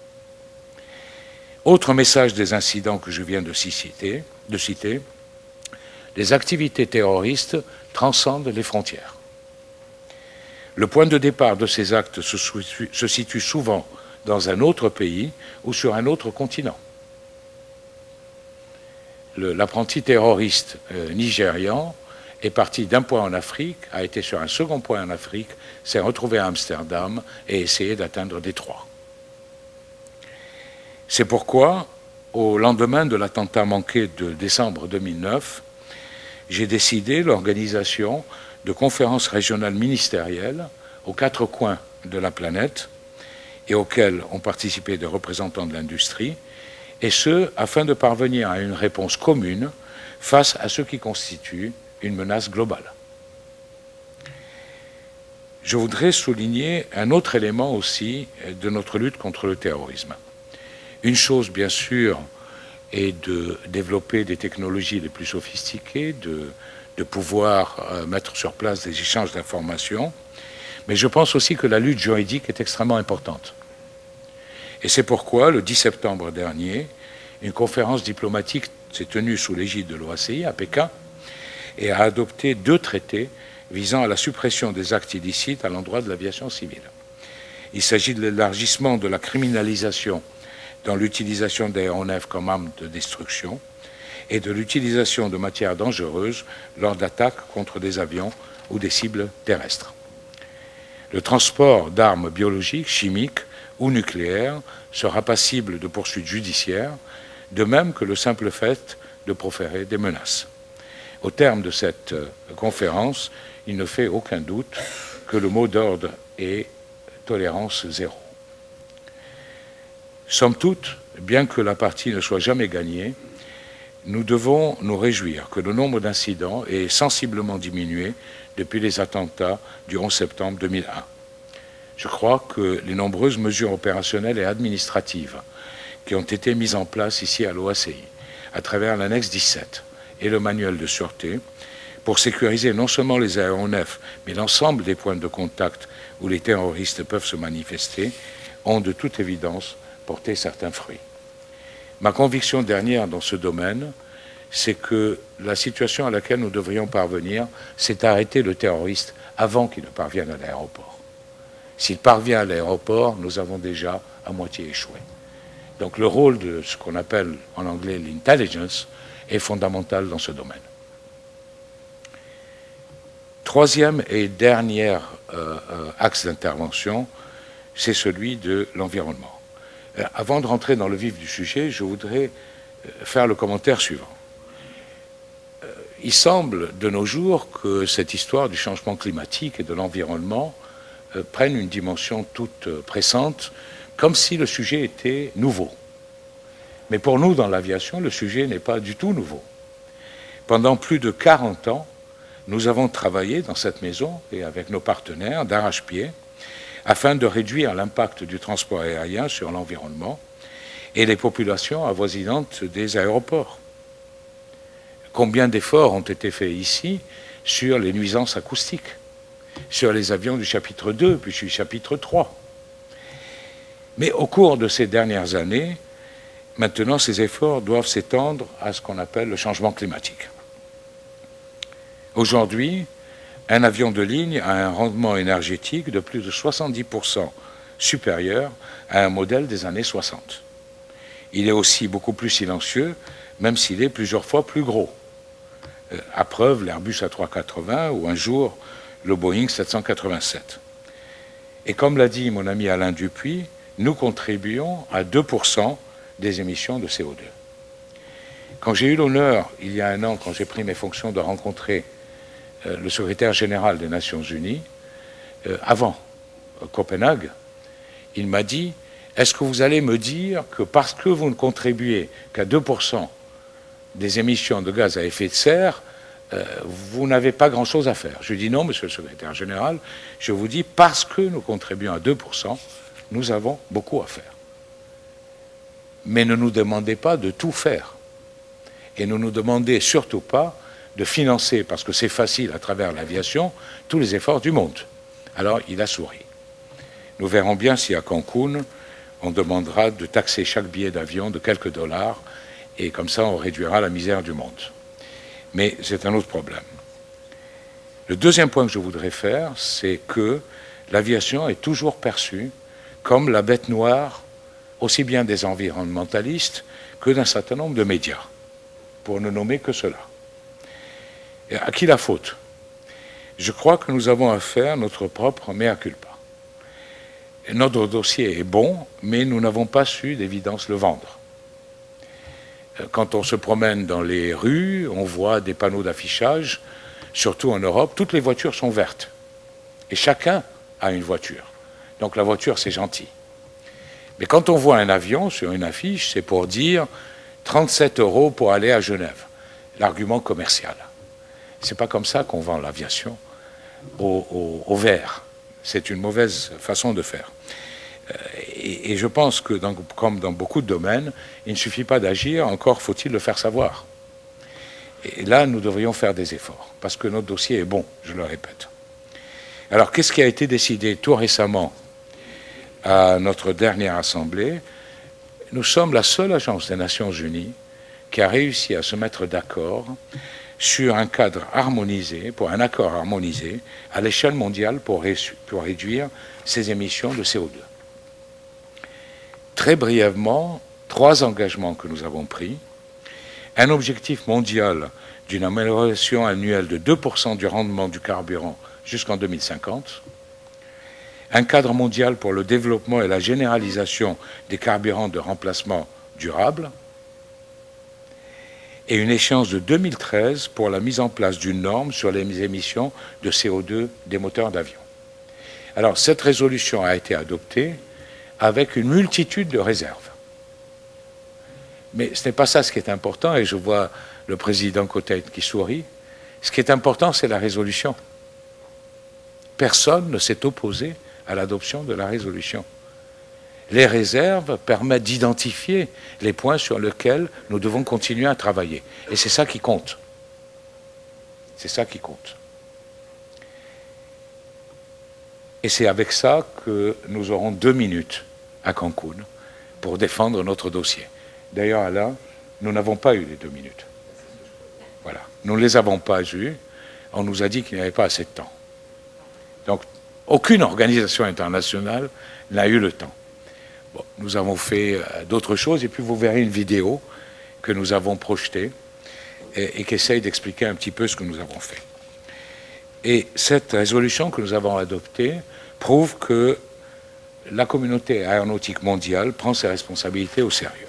Autre message des incidents que je viens de citer, les activités terroristes transcendent les frontières. Le point de départ de ces actes se situe souvent dans un autre pays ou sur un autre continent. L'apprenti terroriste nigérian est parti d'un point en Afrique, a été sur un second point en Afrique, s'est retrouvé à Amsterdam et essayé d'atteindre Détroit. C'est pourquoi, au lendemain de l'attentat manqué de décembre 2009, j'ai décidé l'organisation de conférences régionales ministérielles aux 4 coins de la planète et auxquelles ont participé des représentants de l'industrie, et ce, afin de parvenir à une réponse commune face à ce qui constitue une menace globale. Je voudrais souligner un autre élément aussi de notre lutte contre le terrorisme. Une chose, bien sûr, est de développer des technologies les plus sophistiquées, de pouvoir mettre sur place des échanges d'informations. Mais je pense aussi que la lutte juridique est extrêmement importante. Et c'est pourquoi, le 10 septembre dernier, une conférence diplomatique s'est tenue sous l'égide de l'OACI à Pékin et a adopté 2 traités visant à la suppression des actes illicites à l'endroit de l'aviation civile. Il s'agit de l'élargissement de la criminalisation dans l'utilisation d'aéronefs comme armes de destruction et de l'utilisation de matières dangereuses lors d'attaques contre des avions ou des cibles terrestres. Le transport d'armes biologiques, chimiques ou nucléaires sera passible de poursuites judiciaires, de même que le simple fait de proférer des menaces. Au terme de cette conférence, il ne fait aucun doute que le mot d'ordre est tolérance zéro. Somme toute, bien que la partie ne soit jamais gagnée, nous devons nous réjouir que le nombre d'incidents ait sensiblement diminué depuis les attentats du 11 septembre 2001. Je crois que les nombreuses mesures opérationnelles et administratives qui ont été mises en place ici à l'OACI, à travers l'annexe 17 et le manuel de sûreté, pour sécuriser non seulement les aéronefs, mais l'ensemble des points de contact où les terroristes peuvent se manifester, ont de toute évidence porté certains fruits. Ma conviction dernière dans ce domaine, c'est que la situation à laquelle nous devrions parvenir, c'est d'arrêter le terroriste avant qu'il ne parvienne à l'aéroport. S'il parvient à l'aéroport, nous avons déjà à moitié échoué. Donc le rôle de ce qu'on appelle en anglais l'intelligence est fondamental dans ce domaine. Troisième et dernier axe d'intervention, c'est celui de l'environnement. Avant de rentrer dans le vif du sujet, je voudrais faire le commentaire suivant. Il semble de nos jours que cette histoire du changement climatique et de l'environnement prenne une dimension toute pressante, comme si le sujet était nouveau. Mais pour nous, dans l'aviation, le sujet n'est pas du tout nouveau. Pendant plus de 40 ans, nous avons travaillé dans cette maison et avec nos partenaires d'arrache-pied afin de réduire l'impact du transport aérien sur l'environnement et les populations avoisinantes des aéroports. Combien d'efforts ont été faits ici sur les nuisances acoustiques, sur les avions du chapitre 2, puis du chapitre 3. Mais au cours de ces dernières années, maintenant, ces efforts doivent s'étendre à ce qu'on appelle le changement climatique. Aujourd'hui, un avion de ligne a un rendement énergétique de plus de 70% supérieur à un modèle des années 60. Il est aussi beaucoup plus silencieux, même s'il est plusieurs fois plus gros. À preuve, l'Airbus A380 ou un jour le Boeing 787. Et comme l'a dit mon ami Alain Dupuis, nous contribuons à 2% des émissions de CO2. Quand j'ai eu l'honneur, il y a un an, quand j'ai pris mes fonctions, de rencontrer le secrétaire général des Nations Unies, avant Copenhague, il m'a dit « Est-ce que vous allez me dire que parce que vous ne contribuez qu'à 2% des émissions de gaz à effet de serre, vous n'avez pas grand-chose à faire ?» Je lui dis « Non, monsieur le secrétaire général, je vous dis parce que nous contribuons à 2%, nous avons beaucoup à faire. Mais ne nous demandez pas de tout faire. Et ne nous demandez surtout pas de financer, parce que c'est facile à travers l'aviation, tous les efforts du monde. » Alors il a souri. Nous verrons bien si à Cancun, on demandera de taxer chaque billet d'avion de quelques dollars, et comme ça on réduira la misère du monde. Mais c'est un autre problème. Le deuxième point que je voudrais faire, c'est que l'aviation est toujours perçue comme la bête noire, aussi bien des environnementalistes que d'un certain nombre de médias, pour ne nommer que cela. Et à qui la faute? Je crois que nous avons à faire notre propre mea culpa. Et notre dossier est bon, mais nous n'avons pas su d'évidence le vendre. Quand on se promène dans les rues, on voit des panneaux d'affichage, surtout en Europe, toutes les voitures sont vertes. Et chacun a une voiture. Donc la voiture, c'est gentil. Mais quand on voit un avion sur une affiche, c'est pour dire 37 € pour aller à Genève. L'argument commercial. C'est pas comme ça qu'on vend l'aviation au vert. C'est une mauvaise façon de faire. Et je pense que, comme dans beaucoup de domaines, il ne suffit pas d'agir, encore faut-il le faire savoir. Et là, nous devrions faire des efforts, parce que notre dossier est bon, je le répète. Alors, qu'est-ce qui a été décidé tout récemment à notre dernière assemblée? Nous sommes la seule agence des Nations Unies qui a réussi à se mettre d'accord sur un cadre harmonisé, pour un accord harmonisé à l'échelle mondiale pour réduire ses émissions de CO2. Très brièvement, 3 engagements que nous avons pris. Un objectif mondial d'une amélioration annuelle de 2% du rendement du carburant jusqu'en 2050. Un cadre mondial pour le développement et la généralisation des carburants de remplacement durable. Et une échéance de 2013 pour la mise en place d'une norme sur les émissions de CO2 des moteurs d'avion. Alors, cette résolution a été adoptée avec une multitude de réserves. Mais ce n'est pas ça ce qui est important, et je vois le président Cotten qui sourit. Ce qui est important, c'est la résolution. Personne ne s'est opposé à l'adoption de la résolution. Les réserves permettent d'identifier les points sur lesquels nous devons continuer à travailler. Et c'est ça qui compte. C'est ça qui compte. Et c'est avec ça que nous aurons 2 minutes à Cancun pour défendre notre dossier. D'ailleurs, Alain, nous n'avons pas eu les 2 minutes. Voilà. Nous ne les avons pas eues. On nous a dit qu'il n'y avait pas assez de temps. Donc, aucune organisation internationale n'a eu le temps. Bon, nous avons fait d'autres choses, et puis vous verrez une vidéo que nous avons projetée et qui essaye d'expliquer un petit peu ce que nous avons fait. Et cette résolution que nous avons adoptée prouve que la communauté aéronautique mondiale prend ses responsabilités au sérieux.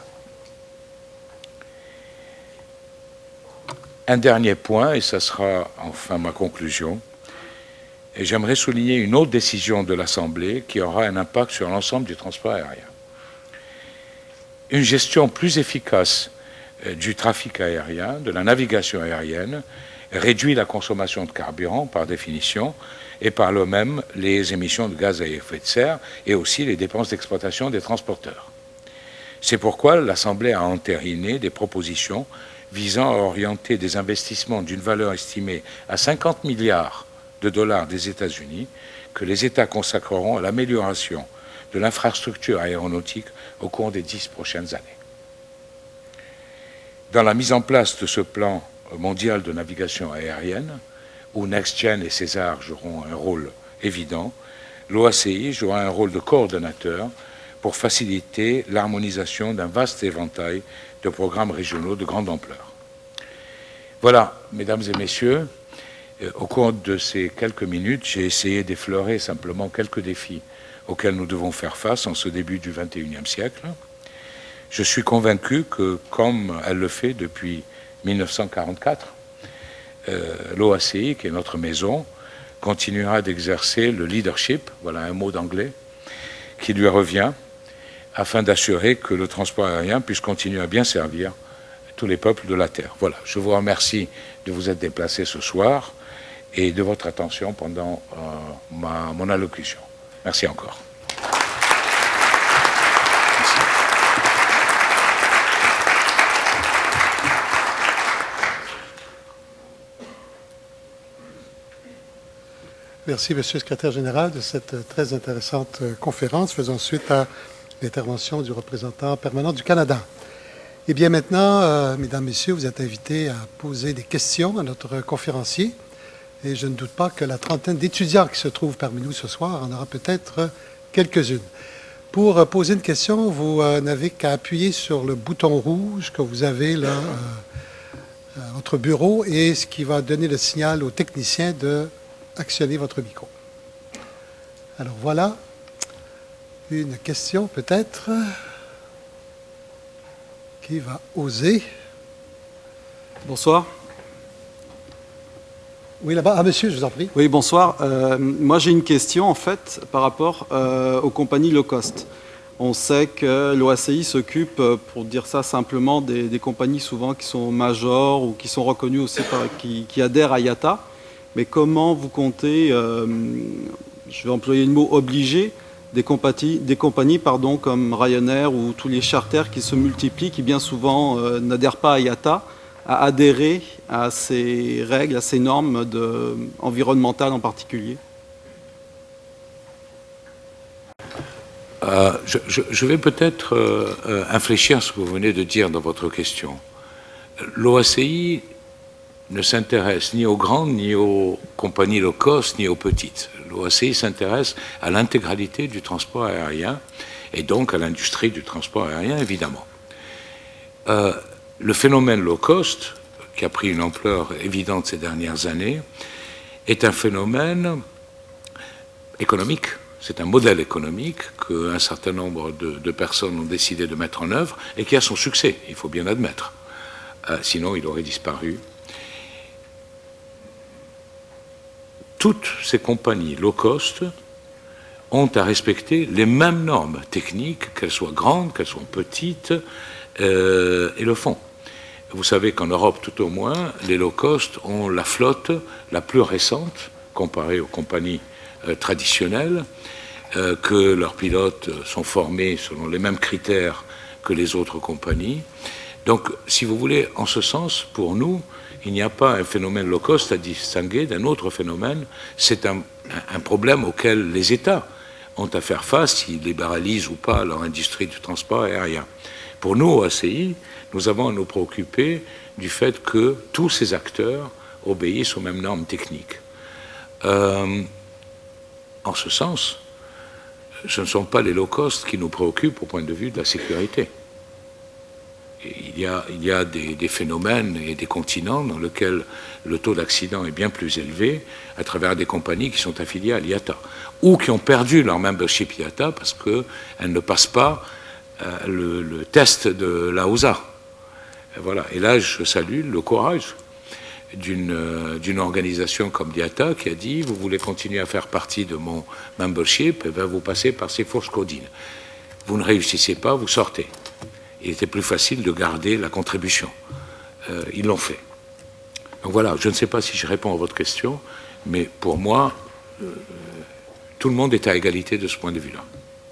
Un dernier point, et ça sera enfin ma conclusion, et j'aimerais souligner une autre décision de l'Assemblée qui aura un impact sur l'ensemble du transport aérien. Une gestion plus efficace du trafic aérien, de la navigation aérienne, réduit la consommation de carburant par définition, et par le même les émissions de gaz à effet de serre et aussi les dépenses d'exploitation des transporteurs. C'est pourquoi l'Assemblée a entériné des propositions visant à orienter des investissements d'une valeur estimée à 50 milliards de dollars des États-Unis que les États consacreront à l'amélioration de l'infrastructure aéronautique au cours des 10 prochaines années. Dans la mise en place de ce plan mondial de navigation aérienne, où NextGen et César joueront un rôle évident, l'OACI jouera un rôle de coordonnateur pour faciliter l'harmonisation d'un vaste éventail de programmes régionaux de grande ampleur. Voilà, mesdames et messieurs, au cours de ces quelques minutes, j'ai essayé d'effleurer simplement quelques défis auxquels nous devons faire face en ce début du XXIe siècle. Je suis convaincu que, comme elle le fait depuis 1944, l'OACI, qui est notre maison, continuera d'exercer le leadership, voilà un mot d'anglais, qui lui revient, afin d'assurer que le transport aérien puisse continuer à bien servir tous les peuples de la Terre. Voilà, je vous remercie de vous être déplacés ce soir et de votre attention pendant mon allocution. Merci encore. Merci, Monsieur le Secrétaire général, de cette très intéressante conférence. Faisons suite à l'intervention du représentant permanent du Canada. Eh bien, maintenant, Mesdames, Messieurs, vous êtes invités à poser des questions à notre conférencier. Et je ne doute pas que la trentaine d'étudiants qui se trouvent parmi nous ce soir en aura peut-être quelques-unes. Pour poser une question, vous n'avez qu'à appuyer sur le bouton rouge que vous avez là à votre bureau et ce qui va donner le signal aux techniciens de actionner votre micro. Alors voilà, une question peut-être. Qui va oser? Bonsoir. Oui, là-bas. Ah, monsieur, je vous en prie. Oui, bonsoir. Moi, j'ai une question, en fait, par rapport aux compagnies low cost. On sait que l'OACI s'occupe, pour dire ça simplement, des compagnies souvent qui sont majors ou qui sont reconnues aussi, qui adhèrent à IATA. Mais comment vous comptez, je vais employer le mot obligé, des compagnies comme Ryanair ou tous les charters qui se multiplient, qui bien souvent n'adhèrent pas à IATA, à adhérer à ces règles, à ces normes environnementales en particulier? Je vais peut-être infléchir ce que vous venez de dire dans votre question. L'OACI ne s'intéresse ni aux grandes, ni aux compagnies low cost, ni aux petites. L'OACI s'intéresse à l'intégralité du transport aérien et donc à l'industrie du transport aérien, évidemment. Le phénomène low cost, qui a pris une ampleur évidente ces dernières années, est un phénomène économique. C'est un modèle économique qu'un certain nombre de personnes ont décidé de mettre en œuvre et qui a son succès, il faut bien l'admettre. Sinon, il aurait disparu. Toutes ces compagnies low cost ont à respecter les mêmes normes techniques, qu'elles soient grandes, qu'elles soient petites, et le font. Vous savez qu'en Europe, tout au moins, les low cost ont la flotte la plus récente, comparée aux compagnies traditionnelles, que leurs pilotes sont formés selon les mêmes critères que les autres compagnies. Donc, si vous voulez, en ce sens, pour nous, il n'y a pas un phénomène low cost à distinguer d'un autre phénomène. C'est un problème auquel les États ont à faire face, s'ils libéralisent ou pas leur industrie du transport aérien. Pour nous, au ACI, nous avons à nous préoccuper du fait que tous ces acteurs obéissent aux mêmes normes techniques. En ce sens, ce ne sont pas les low cost qui nous préoccupent au point de vue de la sécurité. Il y a des phénomènes et des continents dans lesquels le taux d'accident est bien plus élevé à travers des compagnies qui sont affiliées à l'IATA ou qui ont perdu leur membership IATA parce qu'elles ne passent pas le test de l'AOSA. Voilà. Et là, je salue le courage d'une organisation comme l'IATA qui a dit « Vous voulez continuer à faire partie de mon membership, et bien vous passez par ces fourches codines. Vous ne réussissez pas, vous sortez. » Il était plus facile de garder la contribution. Ils l'ont fait. Donc voilà, je ne sais pas si je réponds à votre question, mais pour moi, tout le monde est à égalité de ce point de vue-là.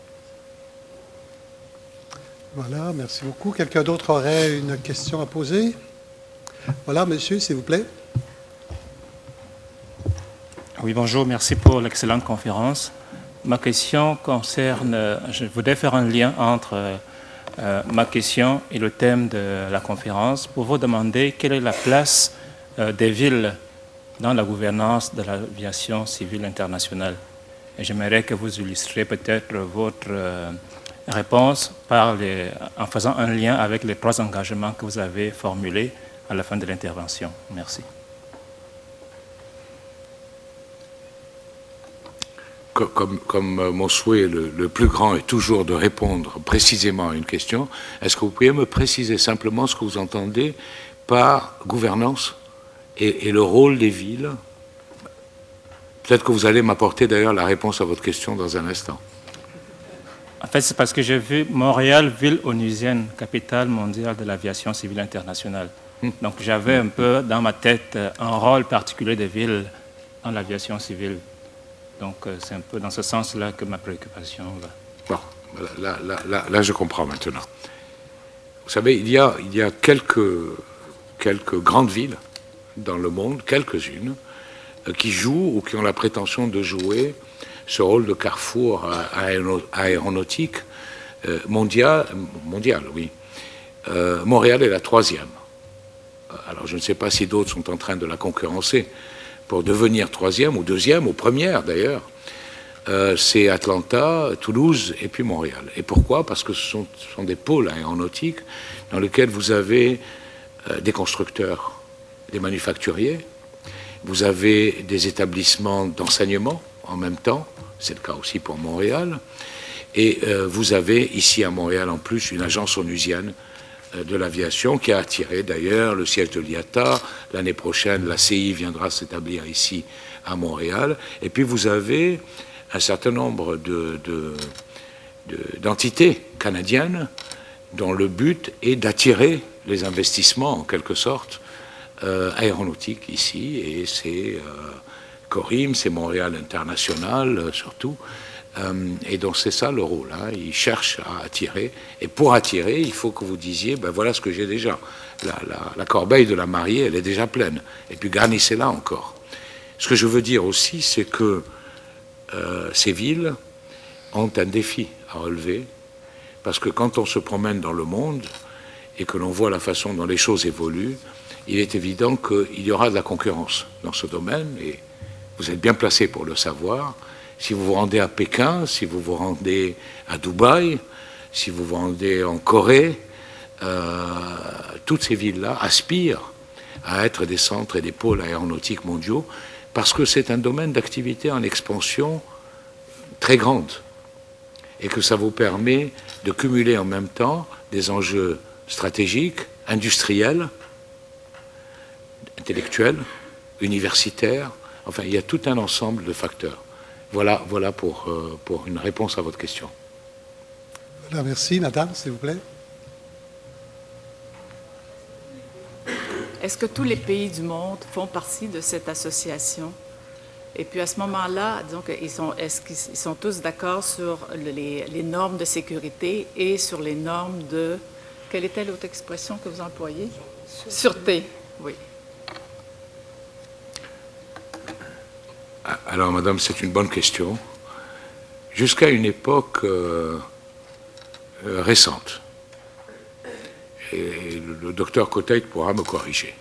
Voilà, merci beaucoup. Quelqu'un d'autre aurait une question à poser? Voilà, monsieur, s'il vous plaît. Oui, bonjour, merci pour l'excellente conférence. Ma question concerne, je voudrais faire un lien entre ma question et le thème de la conférence pour vous demander quelle est la place des villes dans la gouvernance de l'aviation civile internationale. Et j'aimerais que vous illustriez peut-être votre réponse en faisant un lien avec les 3 engagements que vous avez formulés à la fin de l'intervention. Merci. Comme mon souhait le plus grand est toujours de répondre précisément à une question, est-ce que vous pouvez me préciser simplement ce que vous entendez par gouvernance et le rôle des villes? Peut-être que vous allez m'apporter d'ailleurs la réponse à votre question dans un instant. En fait, c'est parce que j'ai vu Montréal, ville onusienne, capitale mondiale de l'aviation civile internationale. Donc j'avais un peu dans ma tête un rôle particulier des villes dans l'aviation civile. Donc c'est un peu dans ce sens-là que ma préoccupation va. Bon, là je comprends maintenant. Vous savez, il y a quelques grandes villes dans le monde, quelques-unes, qui jouent ou qui ont la prétention de jouer ce rôle de carrefour aéronautique mondial, oui. Montréal est la 3e. Alors je ne sais pas si d'autres sont en train de la concurrencer pour devenir 3e ou 2e ou 1re d'ailleurs. C'est Atlanta, Toulouse et puis Montréal. Et pourquoi? Parce que ce sont des pôles aéronautiques dans lesquels vous avez des constructeurs, des manufacturiers, vous avez des établissements d'enseignement en même temps, c'est le cas aussi pour Montréal, et vous avez ici à Montréal en plus une agence onusienne de l'aviation qui a attiré d'ailleurs le siège de l'IATA. L'année prochaine, la CI viendra s'établir ici à Montréal. Et puis vous avez un certain nombre d'entités canadiennes dont le but est d'attirer les investissements en quelque sorte aéronautiques ici. Et c'est Corim, c'est Montréal International surtout. Et donc c'est ça le rôle, hein. Ils cherchent à attirer, et pour attirer, il faut que vous disiez, ben voilà ce que j'ai déjà. La corbeille de la mariée, elle est déjà pleine, et puis garnissez-la encore. Ce que je veux dire aussi, c'est que ces villes ont un défi à relever, parce que quand on se promène dans le monde et que l'on voit la façon dont les choses évoluent, il est évident qu'il y aura de la concurrence dans ce domaine, et vous êtes bien placé pour le savoir. Si vous vous rendez à Pékin, si vous vous rendez à Dubaï, si vous vous rendez en Corée, toutes ces villes-là aspirent à être des centres et des pôles aéronautiques mondiaux, parce que c'est un domaine d'activité en expansion très grande, et que ça vous permet de cumuler en même temps des enjeux stratégiques, industriels, intellectuels, universitaires, enfin il y a tout un ensemble de facteurs. Voilà pour une réponse à votre question. Voilà, merci. Madame, s'il vous plaît. Est-ce que tous les pays du monde font partie de cette association? Et puis à ce moment-là, est-ce qu'ils sont tous d'accord sur les normes de sécurité et sur les normes de... Quelle était l'autre expression que vous employez? Sûreté, oui. Alors, madame, c'est une bonne question. Jusqu'à une époque récente, et le docteur Coteil pourra me corriger,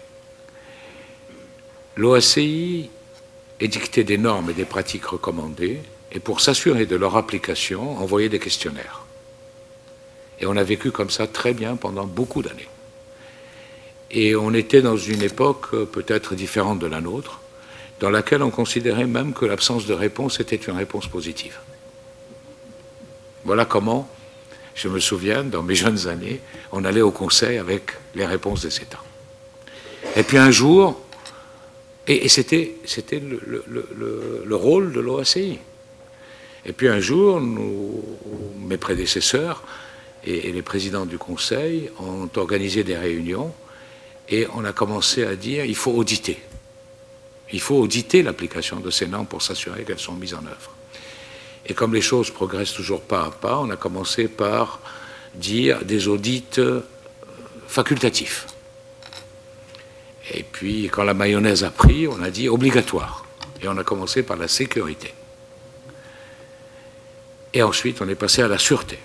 l'OACI édictait des normes et des pratiques recommandées, et pour s'assurer de leur application, envoyait des questionnaires. Et on a vécu comme ça très bien pendant beaucoup d'années. Et on était dans une époque peut-être différente de la nôtre, dans laquelle on considérait même que l'absence de réponse était une réponse positive. Voilà comment, je me souviens, dans mes jeunes années, on allait au Conseil avec les réponses des États. Et puis un jour, et c'était le rôle de l'OACI. Et puis un jour, mes prédécesseurs et les présidents du Conseil ont organisé des réunions, et on a commencé à dire il faut auditer. Il faut auditer l'application de ces normes pour s'assurer qu'elles sont mises en œuvre. Et comme les choses progressent toujours pas à pas, on a commencé par dire des audits facultatifs. Et puis, quand la mayonnaise a pris, on a dit obligatoire. Et on a commencé par la sécurité. Et ensuite, on est passé à la sûreté.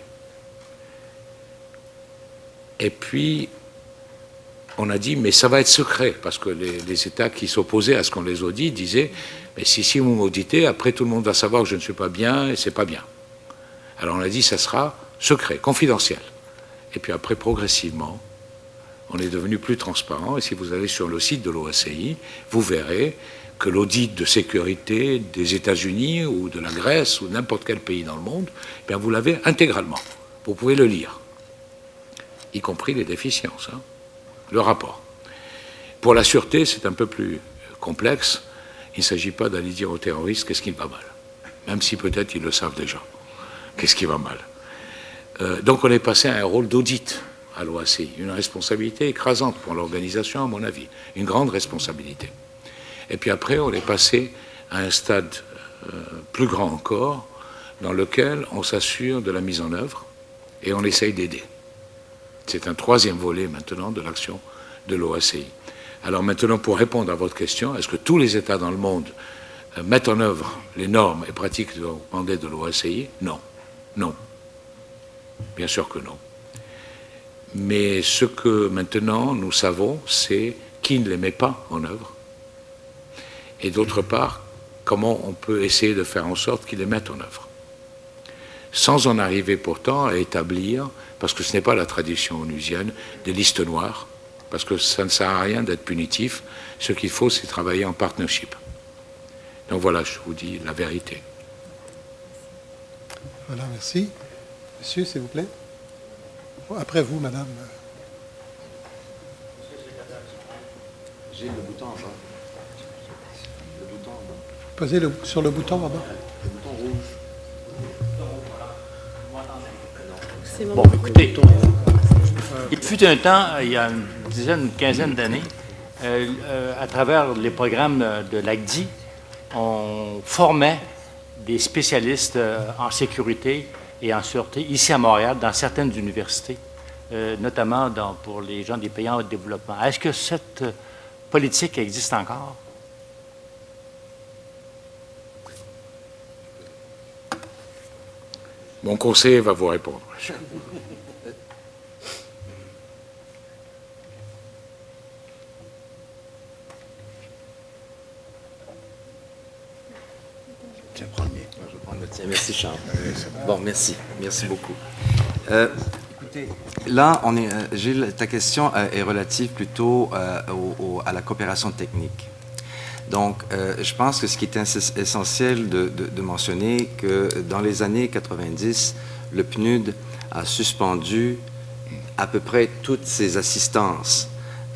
Et puis, on a dit, mais ça va être secret, parce que les États qui s'opposaient à ce qu'on les audite disaient, mais si vous m'auditez, après tout le monde va savoir que je ne suis pas bien, et c'est pas bien. Alors on a dit, ça sera secret, confidentiel. Et puis après, progressivement, on est devenu plus transparent, et si vous allez sur le site de l'OACI, vous verrez que l'audit de sécurité des États-Unis, ou de la Grèce, ou n'importe quel pays dans le monde, eh bien vous l'avez intégralement. Vous pouvez le lire, y compris les déficiences, hein. Le rapport. Pour la sûreté, c'est un peu plus complexe. Il ne s'agit pas d'aller dire aux terroristes qu'est-ce qui va mal, même si peut-être ils le savent déjà, qu'est-ce qui va mal. Donc on est passé à un rôle d'audit à l'OACI, une responsabilité écrasante pour l'organisation, à mon avis, une grande responsabilité. Et puis après, on est passé à un stade plus grand encore, dans lequel on s'assure de la mise en œuvre et on essaye d'aider. C'est un troisième volet maintenant de l'action de l'OACI. Alors maintenant, pour répondre à votre question, est-ce que tous les États dans le monde mettent en œuvre les normes et pratiques recommandées de l'OACI? Non. Non. Bien sûr que non. Mais ce que maintenant nous savons, c'est qui ne les met pas en œuvre. Et d'autre part, comment on peut essayer de faire en sorte qu'ils les mettent en œuvre. Sans en arriver pourtant à établir, parce que ce n'est pas la tradition onusienne, des listes noires, parce que ça ne sert à rien d'être punitif. Ce qu'il faut, c'est travailler en partnership. Donc voilà, je vous dis la vérité. Voilà, merci. Monsieur, s'il vous plaît. Après vous, madame. J'ai le bouton en bas. Le bouton en bas. Posez sur le bouton en bas. Le bouton rouge. Bon, écoutez, il fut un temps, il y a une quinzaine d'années, à travers les programmes de l'ACDI, on formait des spécialistes en sécurité et en sûreté ici à Montréal, dans certaines universités, notamment pour les gens des pays en développement. Est-ce que cette politique existe encore? Mon conseiller va vous répondre. Tiens, prends le mien. Je vais prendre le tien. Merci, Charles. Bon, merci. Merci beaucoup. Écoutez, là, ta question est relative plutôt à la coopération technique. Donc, je pense que ce qui est essentiel de mentionner que dans les années 90, le PNUD a suspendu à peu près toutes ses assistances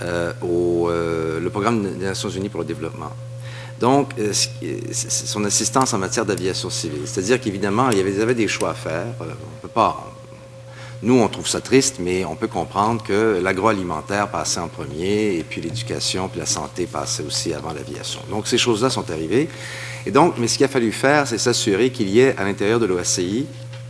le programme des Nations Unies pour le développement. Donc, son assistance en matière d'aviation civile. C'est-à-dire qu'évidemment, il y avait des choix à faire. On peut pas... Nous, on trouve ça triste, mais on peut comprendre que l'agroalimentaire passait en premier, et puis l'éducation, puis la santé passait aussi avant l'aviation. Donc, ces choses-là sont arrivées. Et donc, mais ce qu'il a fallu faire, c'est s'assurer qu'il y ait à l'intérieur de l'OACI,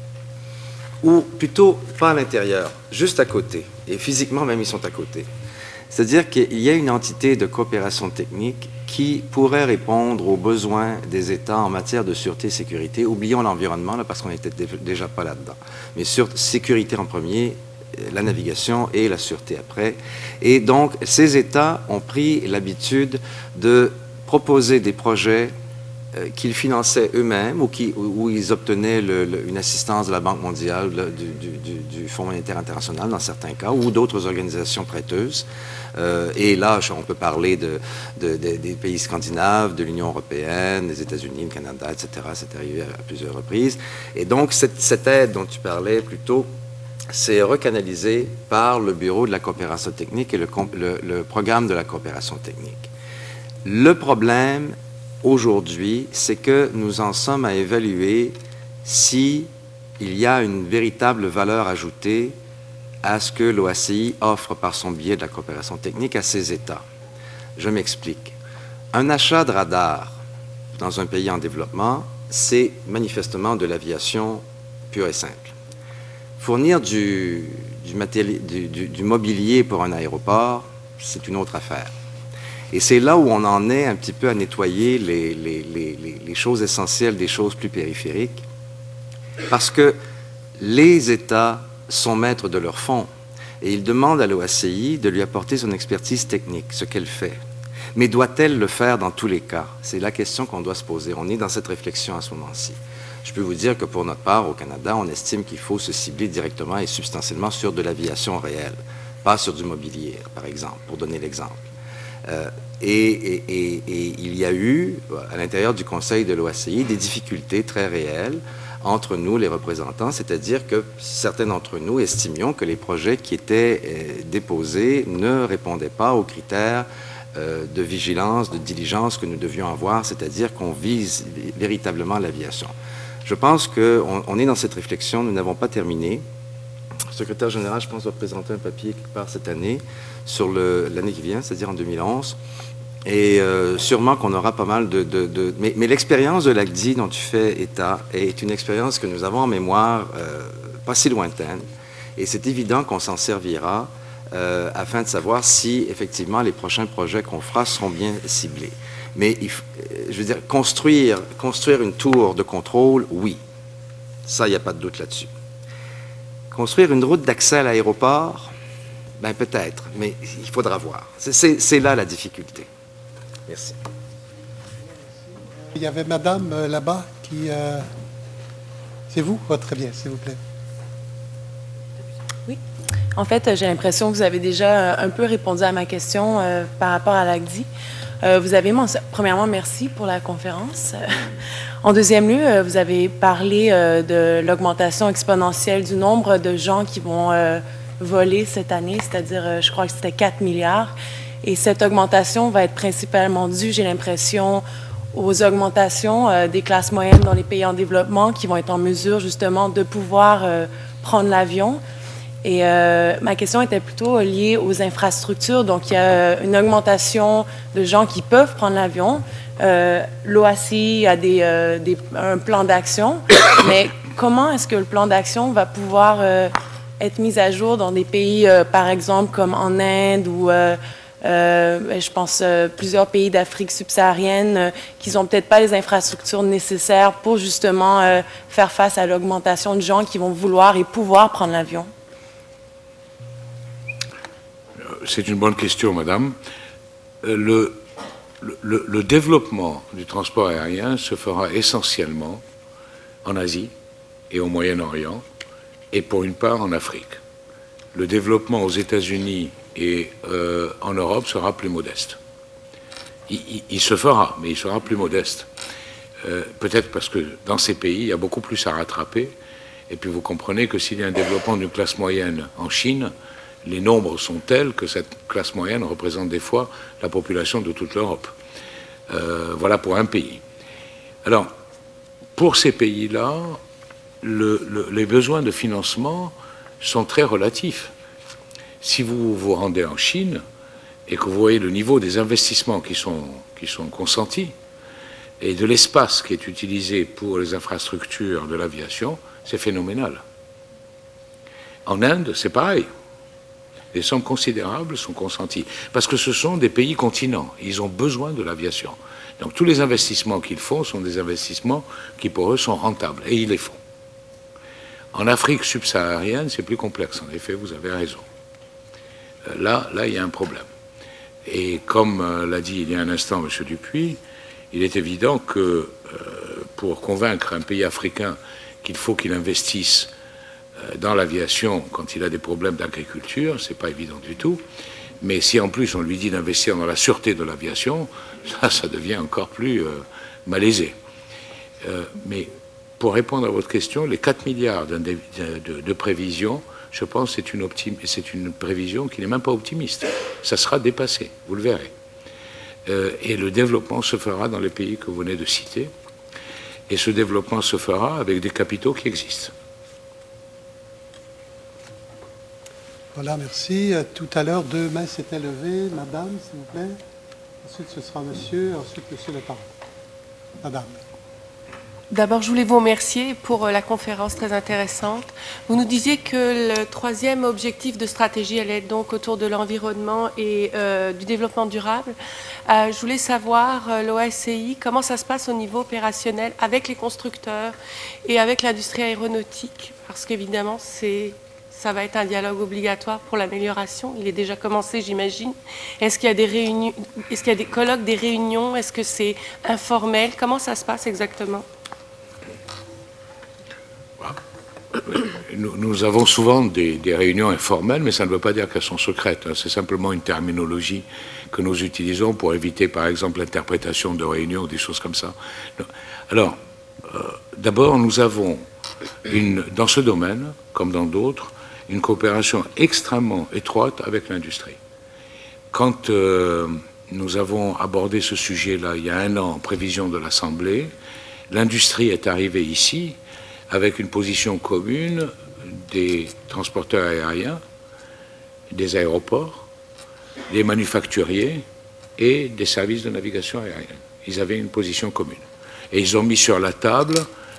ou plutôt pas à l'intérieur, juste à côté. Et physiquement, même, ils sont à côté. C'est-à-dire qu'il y a une entité de coopération technique qui pourrait répondre aux besoins des États en matière de sûreté et sécurité. Oublions l'environnement, là, parce qu'on n'était déjà pas là-dedans. Mais sur sécurité en premier, la navigation et la sûreté après. Et donc, ces États ont pris l'habitude de proposer des projets qu'ils finançaient eux-mêmes ou où ils obtenaient une assistance de la Banque mondiale, du Fonds monétaire international dans certains cas, ou d'autres organisations prêteuses. Et là, on peut parler des pays scandinaves, de l'Union européenne, des États-Unis, le Canada, etc. C'est arrivé à plusieurs reprises. Et donc, cette aide dont tu parlais plus tôt, c'est recanalisé par le Bureau de la coopération technique et le programme de la coopération technique. Le problème, aujourd'hui, c'est que nous en sommes à évaluer s'il y a une véritable valeur ajoutée à ce que l'OACI offre par son biais de la coopération technique à ses États. Je m'explique. Un achat de radar dans un pays en développement, c'est manifestement de l'aviation pure et simple. Fournir du mobilier pour un aéroport, c'est une autre affaire. Et c'est là où on en est un petit peu à nettoyer les choses essentielles des choses plus périphériques, parce que les États sont maîtres de leurs fonds et ils demandent à l'OACI de lui apporter son expertise technique, ce qu'elle fait. Mais doit-elle le faire dans tous les cas? C'est la question qu'on doit se poser. On est dans cette réflexion à ce moment-ci. Je peux vous dire que pour notre part, au Canada, on estime qu'il faut se cibler directement et substantiellement sur de l'aviation réelle, pas sur du mobilier, par exemple, pour donner l'exemple. Et il y a eu, à l'intérieur du Conseil de l'OACI, des difficultés très réelles entre nous, les représentants, c'est-à-dire que certains d'entre nous estimions que les projets qui étaient déposés ne répondaient pas aux critères de vigilance, de diligence que nous devions avoir, c'est-à-dire qu'on vise véritablement l'aviation. Je pense qu'on est dans cette réflexion, nous n'avons pas terminé. Le secrétaire général, je pense, va présenter un papier quelque part cette année, sur l'année qui vient, c'est-à-dire en 2011. Et sûrement qu'on aura pas mal Mais l'expérience de l'ACDI dont tu fais état est une expérience que nous avons en mémoire pas si lointaine. Et c'est évident qu'on s'en servira afin de savoir si, effectivement, les prochains projets qu'on fera seront bien ciblés. Mais, je veux dire, construire une tour de contrôle, oui. Ça, il n'y a pas de doute là-dessus. Construire une route d'accès à l'aéroport, ben peut-être, mais il faudra voir. C'est là la difficulté. Merci. Il y avait madame là-bas qui... C'est vous? Oh, très bien, s'il vous plaît. Oui. En fait, j'ai l'impression que vous avez déjà un peu répondu à ma question par rapport à l'ACDI. Vous avez premièrement, merci pour la conférence. En deuxième lieu, vous avez parlé de l'augmentation exponentielle du nombre de gens qui vont voler cette année, c'est-à-dire, je crois que c'était 4 milliards. Et cette augmentation va être principalement due, j'ai l'impression, aux augmentations des classes moyennes dans les pays en développement qui vont être en mesure, justement, de pouvoir prendre l'avion. Et ma question était plutôt liée aux infrastructures. Donc, il y a une augmentation de gens qui peuvent prendre l'avion. L'OACI a un plan d'action. Mais comment est-ce que le plan d'action va pouvoir être mis à jour dans des pays, par exemple, comme en Inde ou Je pense plusieurs pays d'Afrique subsaharienne qui n'ont peut-être pas les infrastructures nécessaires pour justement faire face à l'augmentation de gens qui vont vouloir et pouvoir prendre l'avion? C'est une bonne question, madame. Le développement du transport aérien se fera essentiellement en Asie et au Moyen-Orient, et pour une part en Afrique. Le développement aux États-Unis et en Europe sera plus modeste. Il se fera, mais il sera plus modeste. Peut-être parce que dans ces pays, il y a beaucoup plus à rattraper. Et puis vous comprenez que s'il y a un développement d'une classe moyenne en Chine, les nombres sont tels que cette classe moyenne représente des fois la population de toute l'Europe. Voilà pour un pays. Alors, pour ces pays-là, les besoins de financement sont très relatifs. Si vous vous rendez en Chine et que vous voyez le niveau des investissements qui sont consentis et de l'espace qui est utilisé pour les infrastructures de l'aviation, c'est phénoménal. En Inde, c'est pareil. Des sommes considérables sont consenties. Parce que ce sont des pays continents. Ils ont besoin de l'aviation. Donc tous les investissements qu'ils font sont des investissements qui pour eux sont rentables. Et ils les font. En Afrique subsaharienne, c'est plus complexe. En effet, vous avez raison. Là, il y a un problème. Et comme l'a dit il y a un instant M. Dupuis, il est évident que pour convaincre un pays africain qu'il faut qu'il investisse dans l'aviation quand il a des problèmes d'agriculture, c'est pas évident du tout. Mais si en plus on lui dit d'investir dans la sûreté de l'aviation, ça devient encore plus malaisé. Mais pour répondre à votre question, les 4 milliards de prévision, je pense que c'est une prévision qui n'est même pas optimiste. Ça sera dépassé, vous le verrez. Et le développement se fera dans les pays que vous venez de citer. Et ce développement se fera avec des capitaux qui existent. Voilà, merci. Tout à l'heure, 2 mains s'étaient levées. Madame, s'il vous plaît. Ensuite, ce sera monsieur. Ensuite, monsieur Le Parent. Madame. D'abord, je voulais vous remercier pour la conférence très intéressante. Vous nous disiez que le 3e objectif de stratégie allait être donc autour de l'environnement et du développement durable. Je voulais savoir, l'OACI, comment ça se passe au niveau opérationnel avec les constructeurs et avec l'industrie aéronautique, parce qu'évidemment, ça va être un dialogue obligatoire pour l'amélioration. Il est déjà commencé, j'imagine. Est-ce qu'il y a des réunions, est-ce qu'il y a des colloques, des réunions? Est-ce que c'est informel? Comment ça se passe exactement? Nous avons souvent des réunions informelles, mais ça ne veut pas dire qu'elles sont secrètes. C'est simplement une terminologie que nous utilisons pour éviter, par exemple, l'interprétation de réunions ou des choses comme ça. Alors, d'abord, nous avons, dans ce domaine, comme dans d'autres, une coopération extrêmement étroite avec l'industrie. Quand nous avons abordé ce sujet-là il y a 1 an en prévision de l'Assemblée, l'industrie est arrivée ici avec une position commune des transporteurs aériens, des aéroports, des manufacturiers et des services de navigation aérienne. Ils avaient une position commune. Et ils ont mis sur la table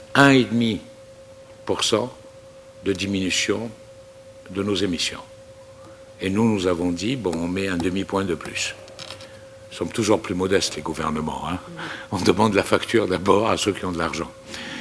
1,5% de diminution de nos émissions. Et nous avons dit, bon, on met un demi-point de plus. Nous sommes toujours plus modestes, les gouvernements. Hein. On demande la facture d'abord à ceux qui ont de l'argent.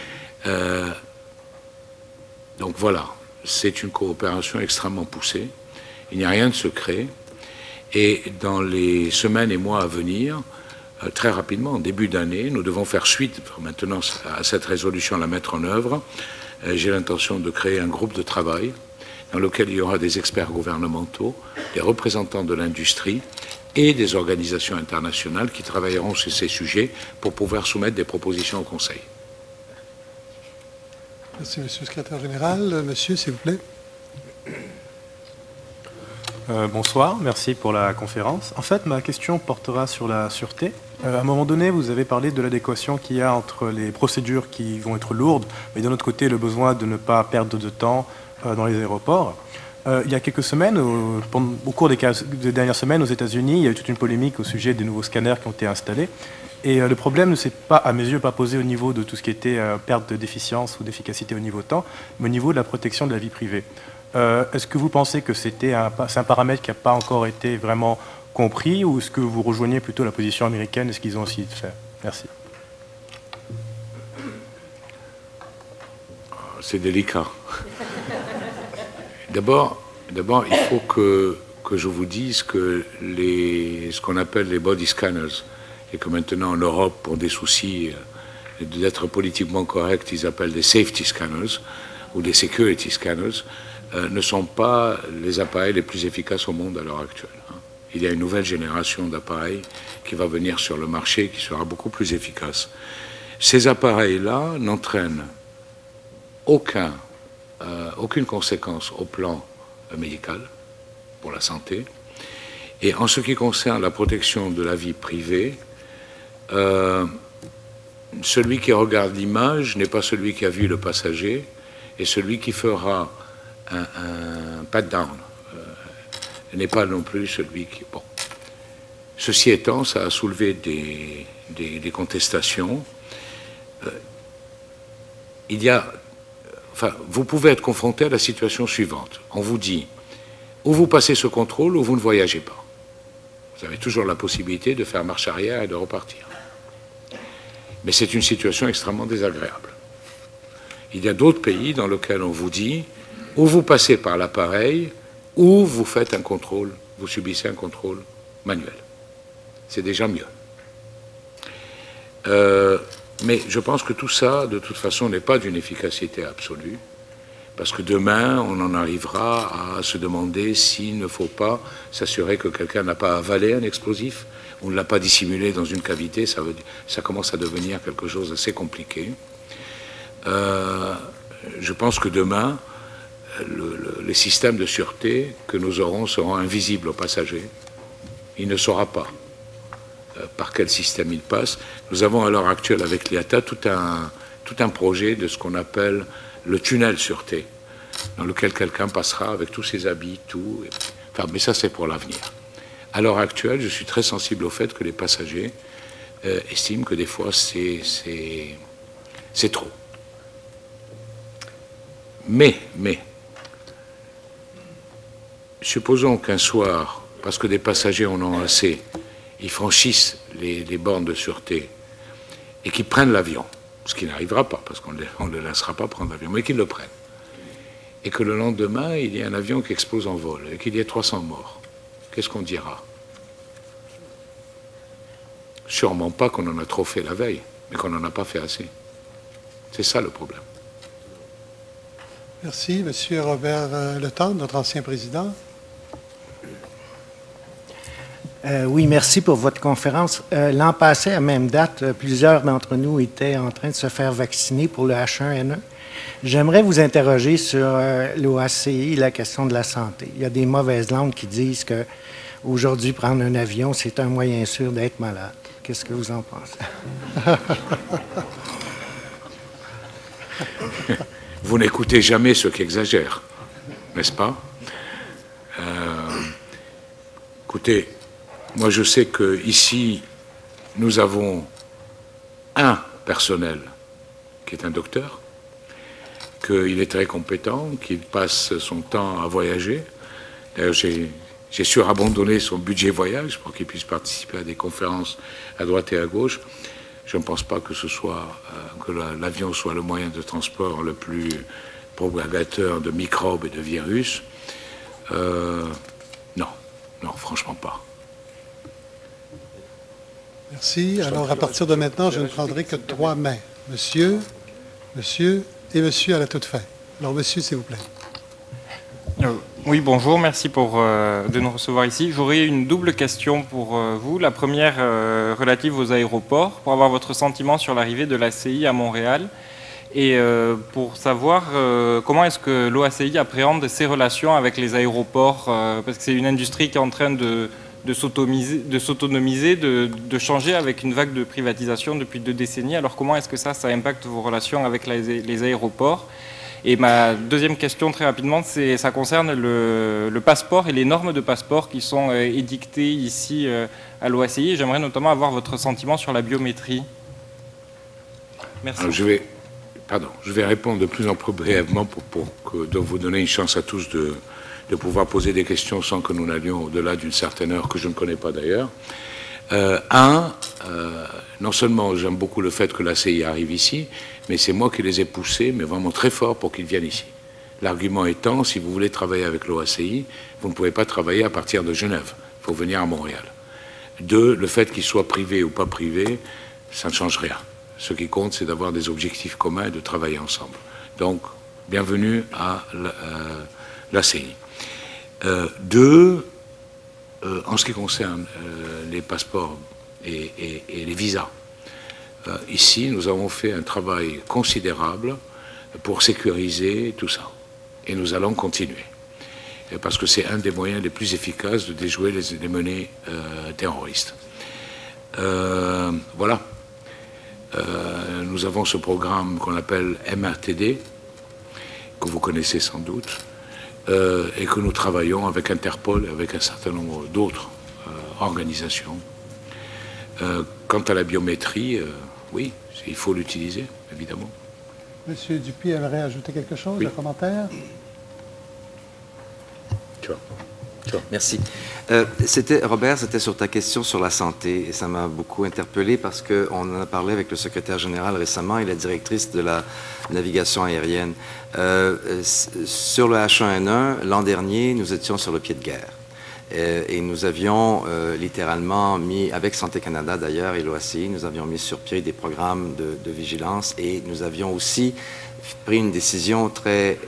Donc voilà, c'est une coopération extrêmement poussée. Il n'y a rien de secret. Et dans les semaines et mois à venir, très rapidement, en début d'année, nous devons faire suite maintenant à cette résolution, la mettre en œuvre. J'ai l'intention de créer un groupe de travail dans lequel il y aura des experts gouvernementaux, des représentants de l'industrie et des organisations internationales qui travailleront sur ces sujets pour pouvoir soumettre des propositions au Conseil. Merci, monsieur le secrétaire général. Monsieur, s'il vous plaît. Bonsoir, merci pour la conférence. En fait, ma question portera sur la sûreté. À un moment donné, vous avez parlé de l'adéquation qu'il y a entre les procédures qui vont être lourdes, mais d'un autre côté, le besoin de ne pas perdre de temps dans les aéroports. Il y a quelques semaines, au cours des dernières semaines aux États-Unis, il y a eu toute une polémique au sujet des nouveaux scanners qui ont été installés. Et le problème ne s'est pas, à mes yeux, pas posé au niveau de tout ce qui était perte d'efficience ou d'efficacité au niveau temps, mais au niveau de la protection de la vie privée. Est-ce que vous pensez que c'est un paramètre qui n'a pas encore été vraiment compris ou est-ce que vous rejoignez plutôt la position américaine et ce qu'ils ont essayé de faire? Merci. C'est délicat. D'abord, il faut que je vous dise que ce qu'on appelle les body scanners, et que maintenant en Europe, pour des soucis d'être politiquement correct, ils appellent des safety scanners ou des security scanners, ne sont pas les appareils les plus efficaces au monde à l'heure actuelle. Il y a une nouvelle génération d'appareils qui va venir sur le marché qui sera beaucoup plus efficace. Ces appareils-là n'entraînent aucune conséquence au plan médical pour la santé. Et en ce qui concerne la protection de la vie privée, celui qui regarde l'image n'est pas celui qui a vu le passager, et celui qui fera un pat-down n'est pas non plus celui qui... Bon. Ceci étant, ça a soulevé des contestations. Vous pouvez être confronté à la situation suivante. On vous dit, ou vous passez ce contrôle, ou vous ne voyagez pas. Vous avez toujours la possibilité de faire marche arrière et de repartir. Mais c'est une situation extrêmement désagréable. Il y a d'autres pays dans lesquels on vous dit, ou vous passez par l'appareil, ou vous faites un contrôle, vous subissez un contrôle manuel. C'est déjà mieux. Mais je pense que tout ça, de toute façon, n'est pas d'une efficacité absolue, parce que demain, on en arrivera à se demander s'il ne faut pas s'assurer que quelqu'un n'a pas avalé un explosif, ou ne l'a pas dissimulé dans une cavité. Ça commence à devenir quelque chose d'assez compliqué. Je pense que demain, les systèmes de sûreté que nous auront seront invisibles aux passagers. Il ne saura pas par quel système il passe. Nous avons à l'heure actuelle avec l'IATA tout un projet de ce qu'on appelle le tunnel sûreté, dans lequel quelqu'un passera avec tous ses habits, tout. Enfin, mais ça, c'est pour l'avenir. À l'heure actuelle, je suis très sensible au fait que les passagers estiment que des fois, c'est trop. Mais, supposons qu'un soir, parce que des passagers en ont assez, ils franchissent les bornes de sûreté et qu'ils prennent l'avion, ce qui n'arrivera pas, parce qu'on ne les laissera pas prendre l'avion, mais qu'ils le prennent. Et que le lendemain, il y ait un avion qui explose en vol, et qu'il y ait 300 morts. Qu'est-ce qu'on dira? Sûrement pas qu'on en a trop fait la veille, mais qu'on n'en a pas fait assez. C'est ça le problème. Merci. Monsieur Robert Letendre, notre ancien président. Oui, merci pour votre conférence. L'an passé, à même date, plusieurs d'entre nous étaient en train de se faire vacciner pour le H1N1. J'aimerais vous interroger sur l'OACI, la question de la santé. Il y a des mauvaises langues qui disent qu'aujourd'hui, prendre un avion, c'est un moyen sûr d'être malade. Qu'est-ce que vous en pensez? Vous n'écoutez jamais ceux qui exagèrent, n'est-ce pas? Écoutez, moi je sais qu'ici, nous avons un personnel qui est un docteur, qu'il est très compétent, qu'il passe son temps à voyager. D'ailleurs, j'ai surabandonné son budget voyage pour qu'il puisse participer à des conférences à droite et à gauche. Je ne pense pas que que l'avion soit le moyen de transport le plus propagateur de microbes et de virus. Non, franchement pas. Merci. Alors, à partir de maintenant, je ne prendrai que 3 mains. Monsieur et monsieur à la toute fin. Alors, monsieur, s'il vous plaît. Oui, bonjour, merci de nous recevoir ici. J'aurais une double question pour vous. La première relative aux aéroports, pour avoir votre sentiment sur l'arrivée de l'ACI à Montréal et pour savoir comment est-ce que l'OACI appréhende ses relations avec les aéroports, parce que c'est une industrie qui est en train de s'autonomiser, de changer avec une vague de privatisation depuis 2 décennies. Alors comment est-ce que ça impacte vos relations avec les aéroports? Et ma deuxième question, très rapidement, ça concerne le passeport et les normes de passeport qui sont édictées ici à l'OACI. J'aimerais notamment avoir votre sentiment sur la biométrie. Merci. Alors, je vais répondre de plus en plus brièvement pour vous donner une chance à tous de de pouvoir poser des questions sans que nous n'allions au-delà d'une certaine heure que je ne connais pas d'ailleurs. Non seulement j'aime beaucoup le fait que l'ACI arrive ici, mais c'est moi qui les ai poussés, mais vraiment très fort pour qu'ils viennent ici. L'argument étant, si vous voulez travailler avec l'OACI, vous ne pouvez pas travailler à partir de Genève, il faut venir à Montréal. Deux, le fait qu'il soit privé ou pas privé, ça ne change rien. Ce qui compte, c'est d'avoir des objectifs communs et de travailler ensemble. Donc, bienvenue à l'ACI. Deux, en ce qui concerne les passeports et les visas, ici, nous avons fait un travail considérable pour sécuriser tout ça. Et nous allons continuer. Parce que c'est un des moyens les plus efficaces de déjouer les menées terroristes. Voilà. Nous avons ce programme qu'on appelle MRTD, que vous connaissez sans doute, et que nous travaillons avec Interpol et avec un certain nombre d'autres organisations. Quant à la biométrie, oui, il faut l'utiliser, évidemment. Monsieur Dupuis aimerait ajouter quelque chose, oui. Un commentaire? Merci. Robert, c'était sur ta question sur la santé, et ça m'a beaucoup interpellé parce qu'on en a parlé avec le secrétaire général récemment et la directrice de la navigation aérienne. Sur le H1N1, l'an dernier, nous étions sur le pied de guerre. Et nous avions littéralement mis, avec Santé Canada d'ailleurs et l'OACI, nous avions mis sur pied des programmes de vigilance et nous avions aussi pris une décision très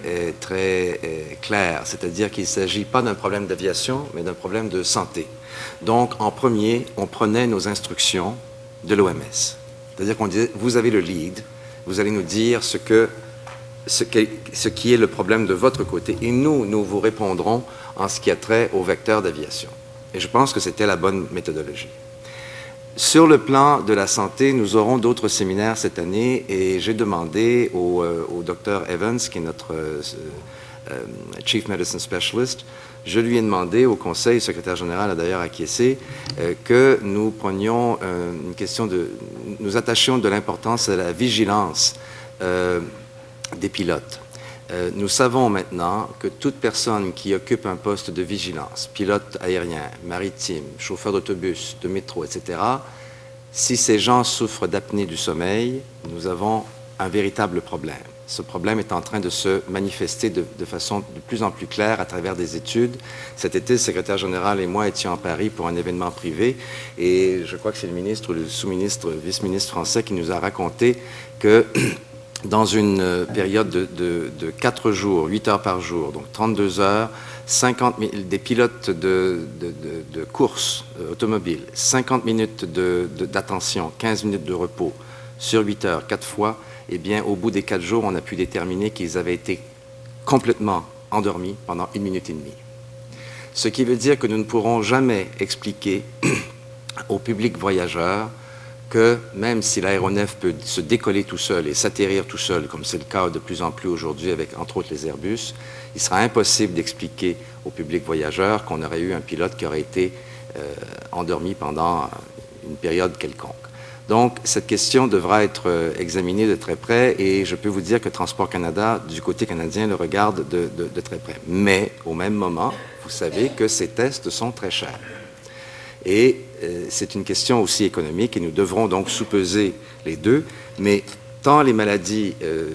claire, c'est-à-dire qu'il ne s'agit pas d'un problème d'aviation, mais d'un problème de santé. Donc, en premier, on prenait nos instructions de l'OMS. C'est-à-dire qu'on disait, vous avez le lead, vous allez nous dire ce qui est le problème de votre côté, et nous vous répondrons en ce qui a trait au vecteur d'aviation. Et je pense que c'était la bonne méthodologie. Sur le plan de la santé, nous aurons d'autres séminaires cette année et j'ai demandé au Dr Evans, qui est notre Chief Medicine Specialist, je lui ai demandé au Conseil, le secrétaire général a d'ailleurs acquiescé, que nous prenions une question nous attachions de l'importance à la vigilance des pilotes. Nous savons maintenant que toute personne qui occupe un poste de vigilance, pilote aérien, maritime, chauffeur d'autobus, de métro, etc., si ces gens souffrent d'apnée du sommeil, nous avons un véritable problème. Ce problème est en train de se manifester de façon de plus en plus claire à travers des études. Cet été, le secrétaire général et moi étions à Paris pour un événement privé et je crois que c'est le ministre ou le sous-ministre, vice-ministre français qui nous a raconté que dans une période de 4 jours, 8 heures par jour, donc 32 heures, 50 000, des pilotes de course automobile, 50 minutes d'attention, 15 minutes de repos, sur 8 heures, 4 fois, eh bien, au bout des 4 jours, on a pu déterminer qu'ils avaient été complètement endormis pendant 1 minute et demie. Ce qui veut dire que nous ne pourrons jamais expliquer au public voyageur que même si l'aéronef peut se décoller tout seul et s'atterrir tout seul, comme c'est le cas de plus en plus aujourd'hui avec, entre autres, les Airbus, il sera impossible d'expliquer au public voyageur qu'on aurait eu un pilote qui aurait été endormi pendant une période quelconque. Donc, cette question devra être examinée de très près et je peux vous dire que Transport Canada, du côté canadien, le regarde de très près. Mais, au même moment, vous savez que ces tests sont très chers. Et c'est une question aussi économique et nous devrons donc sous-peser les deux, mais tant les maladies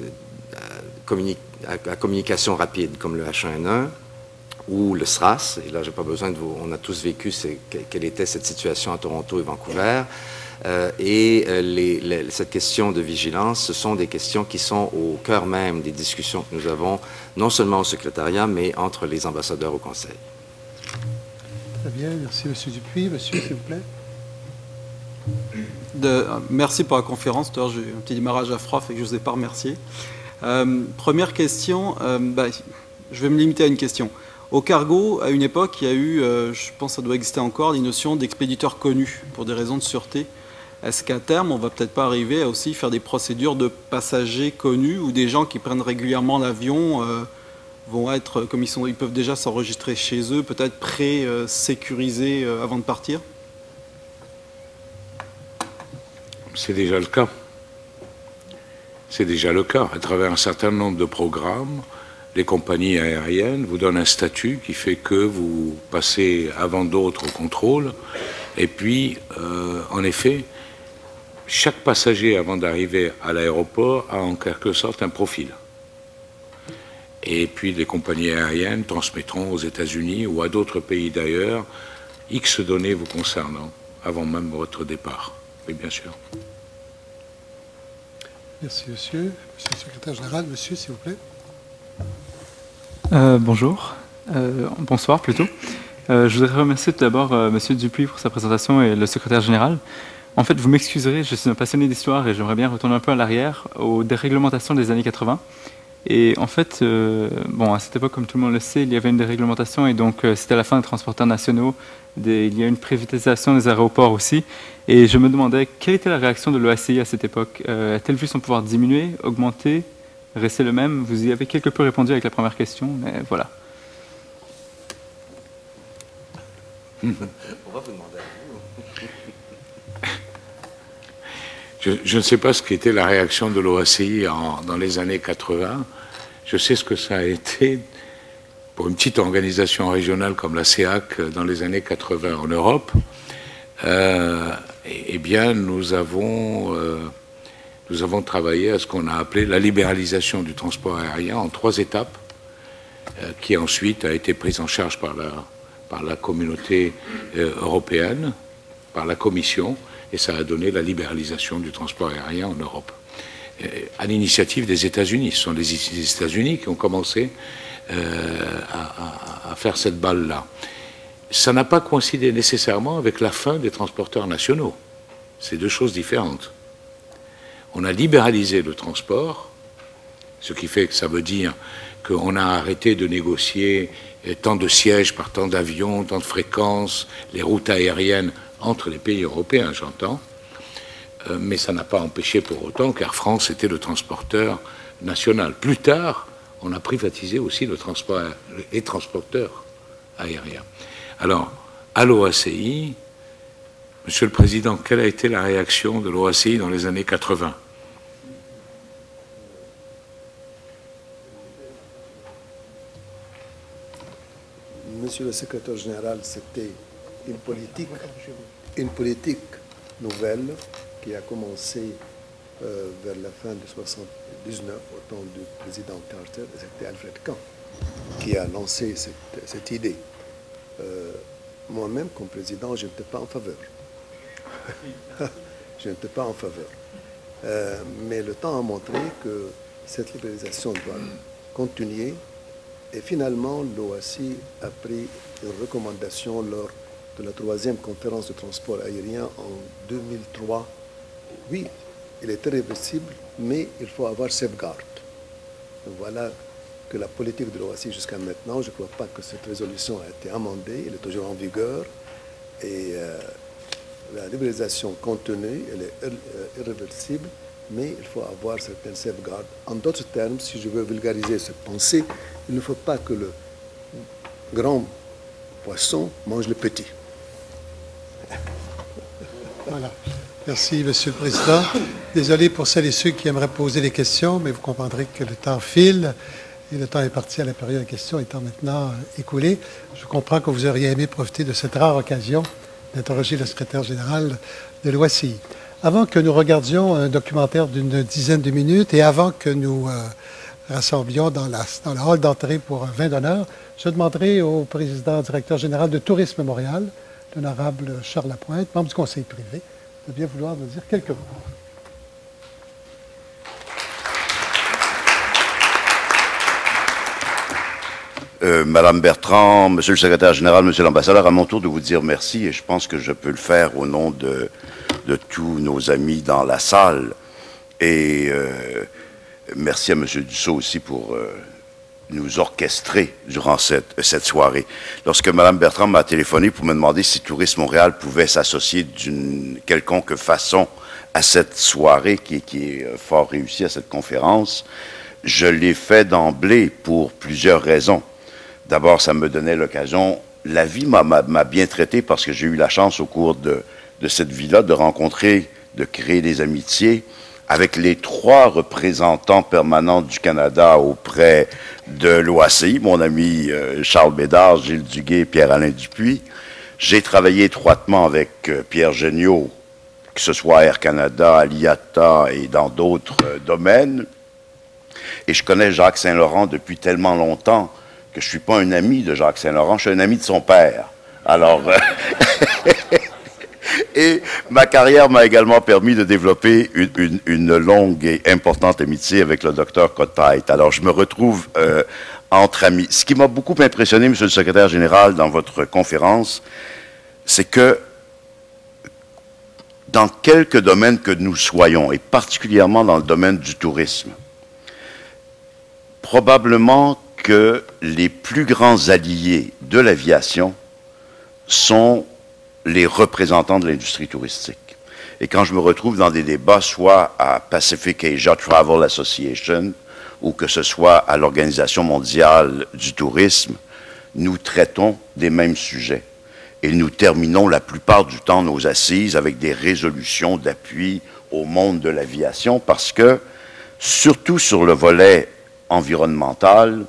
à communication rapide comme le H1N1 ou le SRAS, et là j'ai pas besoin de vous, on a tous vécu quelle était cette situation à Toronto et Vancouver, cette question de vigilance, ce sont des questions qui sont au cœur même des discussions que nous avons, non seulement au secrétariat, mais entre les ambassadeurs au Conseil. Très bien, merci M. Dupuis. Monsieur, s'il vous plaît. Merci pour la conférence. J'ai eu un petit démarrage à froid, fait que je ne vous ai pas remercié. Première question, je vais me limiter à une question. Au cargo, à une époque, il y a eu, je pense que ça doit exister encore, les notions d'expéditeurs connus pour des raisons de sûreté. Est-ce qu'à terme, on ne va peut-être pas arriver à aussi faire des procédures de passagers connus ou des gens qui prennent régulièrement l'avion vont être, comme ils peuvent déjà s'enregistrer chez eux, peut-être pré-sécurisés avant de partir? C'est déjà le cas. C'est déjà le cas. À travers un certain nombre de programmes, les compagnies aériennes, vous donne un statut qui fait que vous passez avant d'autres au contrôle. Et puis, en effet, chaque passager, avant d'arriver à l'aéroport, a en quelque sorte un profil. Et puis, les compagnies aériennes transmettront aux États-Unis ou à d'autres pays d'ailleurs X données vous concernant, avant même votre départ. Oui, bien sûr. Merci, monsieur. Monsieur le secrétaire général, monsieur, s'il vous plaît. Bonjour. Bonsoir, plutôt. Je voudrais remercier tout d'abord monsieur Dupuis pour sa présentation et le secrétaire général. En fait, vous m'excuserez, je suis un passionné d'histoire et j'aimerais bien retourner un peu à l'arrière, aux déréglementations des années 80. Et en fait, bon, à cette époque, comme tout le monde le sait, il y avait une déréglementation et donc c'était la fin des transporteurs nationaux. Il y a une privatisation des aéroports aussi. Et je me demandais, quelle était la réaction de l'OACI à cette époque? A-t-elle vu son pouvoir diminuer, augmenter, rester le même? Vous y avez quelque peu répondu avec la première question, mais voilà. On va vous demander à vous. Je ne sais pas ce qu'était la réaction de l'OACI dans les années 80. Je sais ce que ça a été pour une petite organisation régionale comme la CEAC dans les années 80 en Europe. Eh bien, nous avons travaillé à ce qu'on a appelé la libéralisation du transport aérien en 3 étapes, qui ensuite a été prise en charge par la communauté européenne, par la Commission, et ça a donné la libéralisation du transport aérien en Europe. À l'initiative des États-Unis. Ce sont les États-Unis qui ont commencé à faire cette balle-là. Ça n'a pas coïncidé nécessairement avec la fin des transporteurs nationaux. C'est 2 choses différentes. On a libéralisé le transport, ce qui fait que ça veut dire qu'on a arrêté de négocier tant de sièges par tant d'avions, tant de fréquences, les routes aériennes entre les pays européens, j'entends. Mais ça n'a pas empêché pour autant qu'Air France était le transporteur national. Plus tard, on a privatisé aussi les transporteurs aériens. Alors, à l'OACI, Monsieur le Président, quelle a été la réaction de l'OACI dans les années 80 ? Monsieur le secrétaire général, c'était une politique nouvelle qui a commencé vers la fin de 1979 au temps du président Carter, et c'était Alfred Kahn qui a lancé cette idée. Moi-même, comme président, je n'étais pas en faveur. Je n'étais pas en faveur. Mais le temps a montré que cette libéralisation doit continuer. Et finalement, l'OACI a pris une recommandation lors de la 3e conférence de transport aérien en 2003. Oui, il est irréversible, mais il faut avoir sauvegarde. Donc voilà que la politique de l'OACI jusqu'à maintenant, je ne crois pas que cette résolution a été amendée, elle est toujours en vigueur. Et la libéralisation contenue, elle est irréversible, mais il faut avoir certaines sauvegardes. En d'autres termes, si je veux vulgariser cette pensée, il ne faut pas que le grand poisson mange le petit. Voilà. Merci, Monsieur le Président. Désolé pour celles et ceux qui aimeraient poser des questions, mais vous comprendrez que le temps file et le temps est parti à la période de questions étant maintenant écoulée. Je comprends que vous auriez aimé profiter de cette rare occasion d'interroger le secrétaire général de l'OACI. Avant que nous regardions un documentaire d'une dizaine de minutes et avant que nous rassemblions dans la hall d'entrée pour un vin d'honneur, je demanderai au président directeur général de Tourisme Montréal, l'honorable Charles Lapointe, membre du conseil privé, de bien vouloir nous dire quelques mots. Madame Bertrand, Monsieur le secrétaire général, Monsieur l'ambassadeur, à mon tour de vous dire merci et je pense que je peux le faire au nom de tous nos amis dans la salle. Et merci à Monsieur Dussault aussi pour nous orchestrer durant cette soirée. Lorsque Madame Bertrand m'a téléphoné pour me demander si Tourisme Montréal pouvait s'associer d'une quelconque façon à cette soirée qui est fort réussie, à cette conférence, je l'ai fait d'emblée pour plusieurs raisons. D'abord, ça me donnait l'occasion, la vie m'a bien traité parce que j'ai eu la chance au cours de cette vie-là de rencontrer, de créer des amitiés avec les 3 représentants permanents du Canada auprès de l'OACI, mon ami Charles Bédard, Gilles Duguay et Pierre-Alain Dupuis. J'ai travaillé étroitement avec Pierre Géniot, que ce soit à Air Canada, à l'IATA et dans d'autres domaines. Et je connais Jacques Saint-Laurent depuis tellement longtemps que je ne suis pas un ami de Jacques Saint-Laurent, je suis un ami de son père. Alors, et ma carrière m'a également permis de développer une longue et importante amitié avec le docteur Cotteit. Alors, je me retrouve entre amis. Ce qui m'a beaucoup impressionné, Monsieur le Secrétaire général, dans votre conférence, c'est que dans quelques domaines que nous soyons, et particulièrement dans le domaine du tourisme, probablement que les plus grands alliés de l'aviation sont les représentants de l'industrie touristique. Et quand je me retrouve dans des débats, soit à Pacific Asia Travel Association, ou que ce soit à l'Organisation mondiale du tourisme, nous traitons des mêmes sujets. Et nous terminons la plupart du temps nos assises avec des résolutions d'appui au monde de l'aviation, parce que, surtout sur le volet environnemental,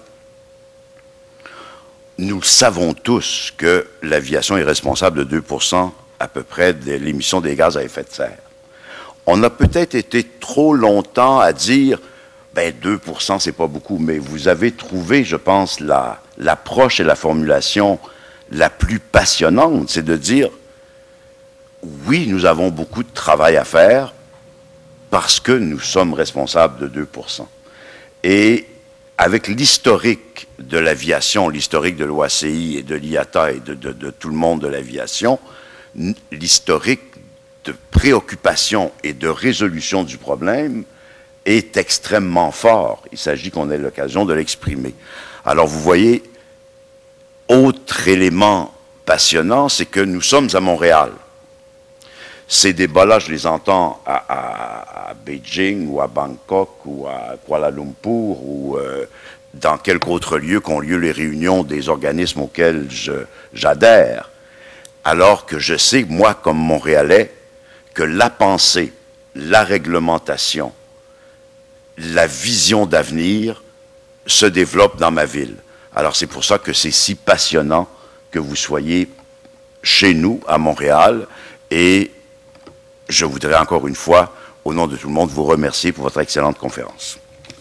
nous savons tous que l'aviation est responsable de 2% à peu près de l'émission des gaz à effet de serre. On a peut-être été trop longtemps à dire, ben 2%, c'est pas beaucoup, mais vous avez trouvé, je pense, l'approche et la formulation la plus passionnante, c'est de dire, oui, nous avons beaucoup de travail à faire parce que nous sommes responsables de 2%. Et avec l'historique de l'aviation, l'historique de l'OACI et de l'IATA et de tout le monde de l'aviation, l'historique de préoccupation et de résolution du problème est extrêmement fort. Il s'agit qu'on ait l'occasion de l'exprimer. Alors, vous voyez, autre élément passionnant, c'est que nous sommes à Montréal. Ces débats-là, je les entends à Beijing ou à Bangkok ou à Kuala Lumpur ou dans quelque autre lieu qu'ont lieu les réunions des organismes auxquels j'adhère, alors que je sais, moi, comme Montréalais, que la pensée, la réglementation, la vision d'avenir se développe dans ma ville. Alors c'est pour ça que c'est si passionnant que vous soyez chez nous, à Montréal, et je voudrais encore une fois, au nom de tout le monde, vous remercier pour votre excellente conférence.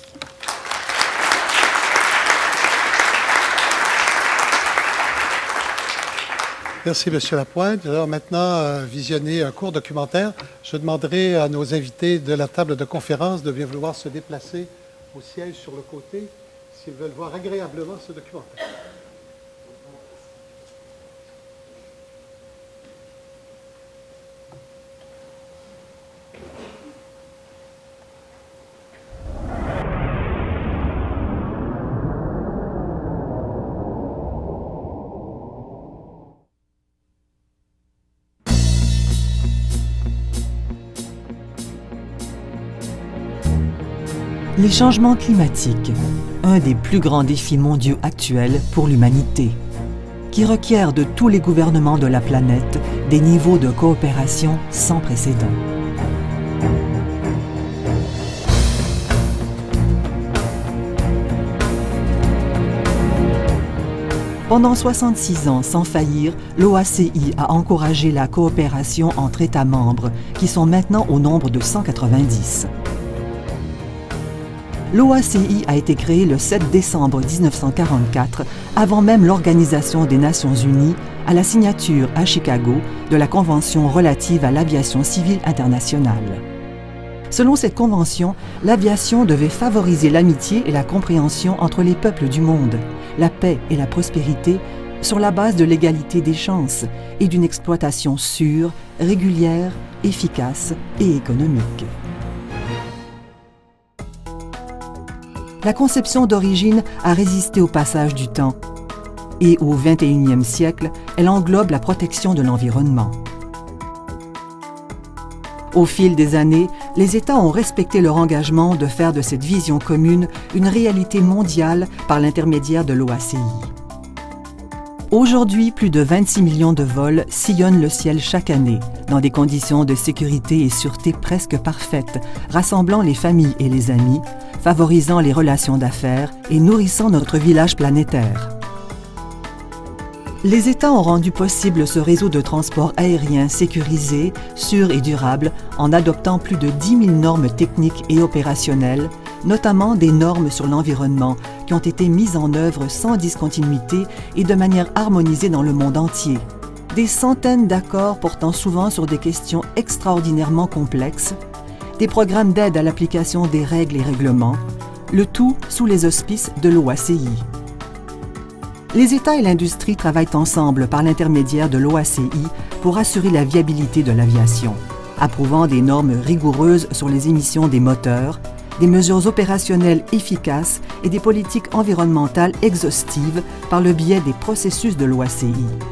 Merci, M. Lapointe. Alors maintenant, visionner un court documentaire. Je demanderai à nos invités de la table de conférence de bien vouloir se déplacer au siège sur le côté s'ils veulent voir agréablement ce documentaire. Les changements climatiques, un des plus grands défis mondiaux actuels pour l'humanité, qui requiert de tous les gouvernements de la planète des niveaux de coopération sans précédent. Pendant 66 ans sans faillir, l'OACI a encouragé la coopération entre États membres, qui sont maintenant au nombre de 190. L'OACI a été créée le 7 décembre 1944, avant même l'Organisation des Nations Unies, à la signature à Chicago de la Convention relative à l'aviation civile internationale. Selon cette convention, l'aviation devait favoriser l'amitié et la compréhension entre les peuples du monde, la paix et la prospérité, sur la base de l'égalité des chances et d'une exploitation sûre, régulière, efficace et économique. La conception d'origine a résisté au passage du temps et au XXIe siècle, elle englobe la protection de l'environnement. Au fil des années, les États ont respecté leur engagement de faire de cette vision commune une réalité mondiale par l'intermédiaire de l'OACI. Aujourd'hui, plus de 26 millions de vols sillonnent le ciel chaque année, dans des conditions de sécurité et sûreté presque parfaites, rassemblant les familles et les amis, favorisant les relations d'affaires et nourrissant notre village planétaire. Les États ont rendu possible ce réseau de transport aérien sécurisé, sûr et durable en adoptant plus de 10 000 normes techniques et opérationnelles, notamment des normes sur l'environnement qui ont été mises en œuvre sans discontinuité et de manière harmonisée dans le monde entier. Des centaines d'accords portant souvent sur des questions extraordinairement complexes, des programmes d'aide à l'application des règles et règlements, le tout sous les auspices de l'OACI. Les États et l'industrie travaillent ensemble par l'intermédiaire de l'OACI pour assurer la viabilité de l'aviation, approuvant des normes rigoureuses sur les émissions des moteurs, des mesures opérationnelles efficaces et des politiques environnementales exhaustives par le biais des processus de l'OACI.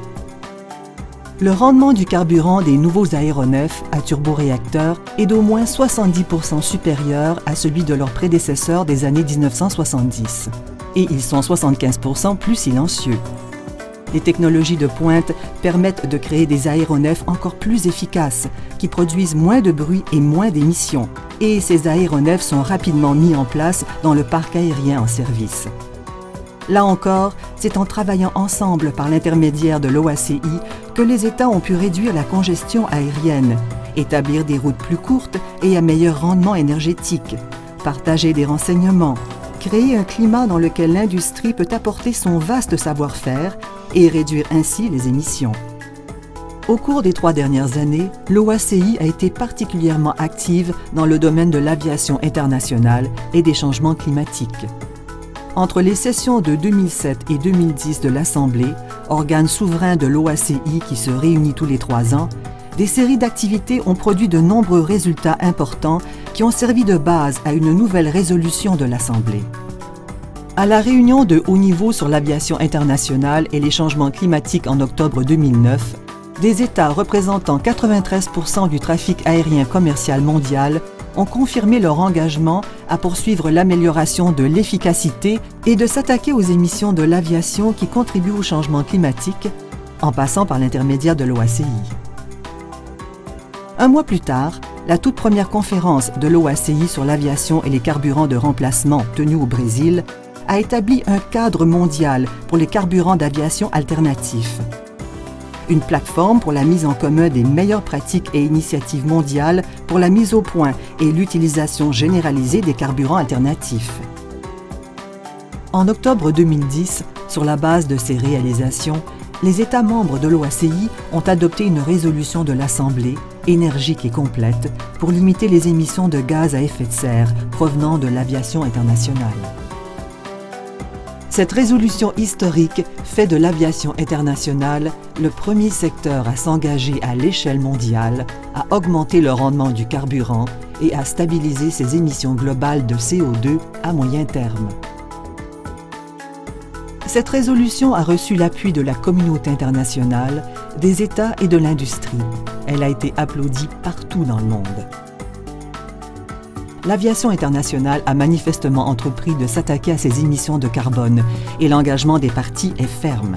Le rendement du carburant des nouveaux aéronefs à turboréacteurs est d'au moins 70% supérieur à celui de leurs prédécesseurs des années 1970. Et ils sont 75% plus silencieux. Les technologies de pointe permettent de créer des aéronefs encore plus efficaces, qui produisent moins de bruit et moins d'émissions. Et ces aéronefs sont rapidement mis en place dans le parc aérien en service. Là encore, c'est en travaillant ensemble par l'intermédiaire de l'OACI que les États ont pu réduire la congestion aérienne, établir des routes plus courtes et à meilleur rendement énergétique, partager des renseignements, créer un climat dans lequel l'industrie peut apporter son vaste savoir-faire et réduire ainsi les émissions. Au cours des 3 dernières années, l'OACI a été particulièrement active dans le domaine de l'aviation internationale et des changements climatiques. Entre les sessions de 2007 et 2010 de l'Assemblée, organe souverain de l'OACI qui se réunit tous les 3 ans, des séries d'activités ont produit de nombreux résultats importants qui ont servi de base à une nouvelle résolution de l'Assemblée. À la réunion de haut niveau sur l'aviation internationale et les changements climatiques en octobre 2009, des États représentant 93% du trafic aérien commercial mondial ont confirmé leur engagement à poursuivre l'amélioration de l'efficacité et de s'attaquer aux émissions de l'aviation qui contribuent au changement climatique, en passant par l'intermédiaire de l'OACI. Un mois plus tard, la toute première conférence de l'OACI sur l'aviation et les carburants de remplacement tenue au Brésil a établi un cadre mondial pour les carburants d'aviation alternatifs. Une plateforme pour la mise en commun des meilleures pratiques et initiatives mondiales pour la mise au point et l'utilisation généralisée des carburants alternatifs. En octobre 2010, sur la base de ces réalisations, les États membres de l'OACI ont adopté une résolution de l'Assemblée, énergique et complète, pour limiter les émissions de gaz à effet de serre provenant de l'aviation internationale. Cette résolution historique fait de l'aviation internationale le premier secteur à s'engager à l'échelle mondiale, à augmenter le rendement du carburant et à stabiliser ses émissions globales de CO2 à moyen terme. Cette résolution a reçu l'appui de la communauté internationale, des États et de l'industrie. Elle a été applaudie partout dans le monde. L'aviation internationale a manifestement entrepris de s'attaquer à ces émissions de carbone et l'engagement des parties est ferme.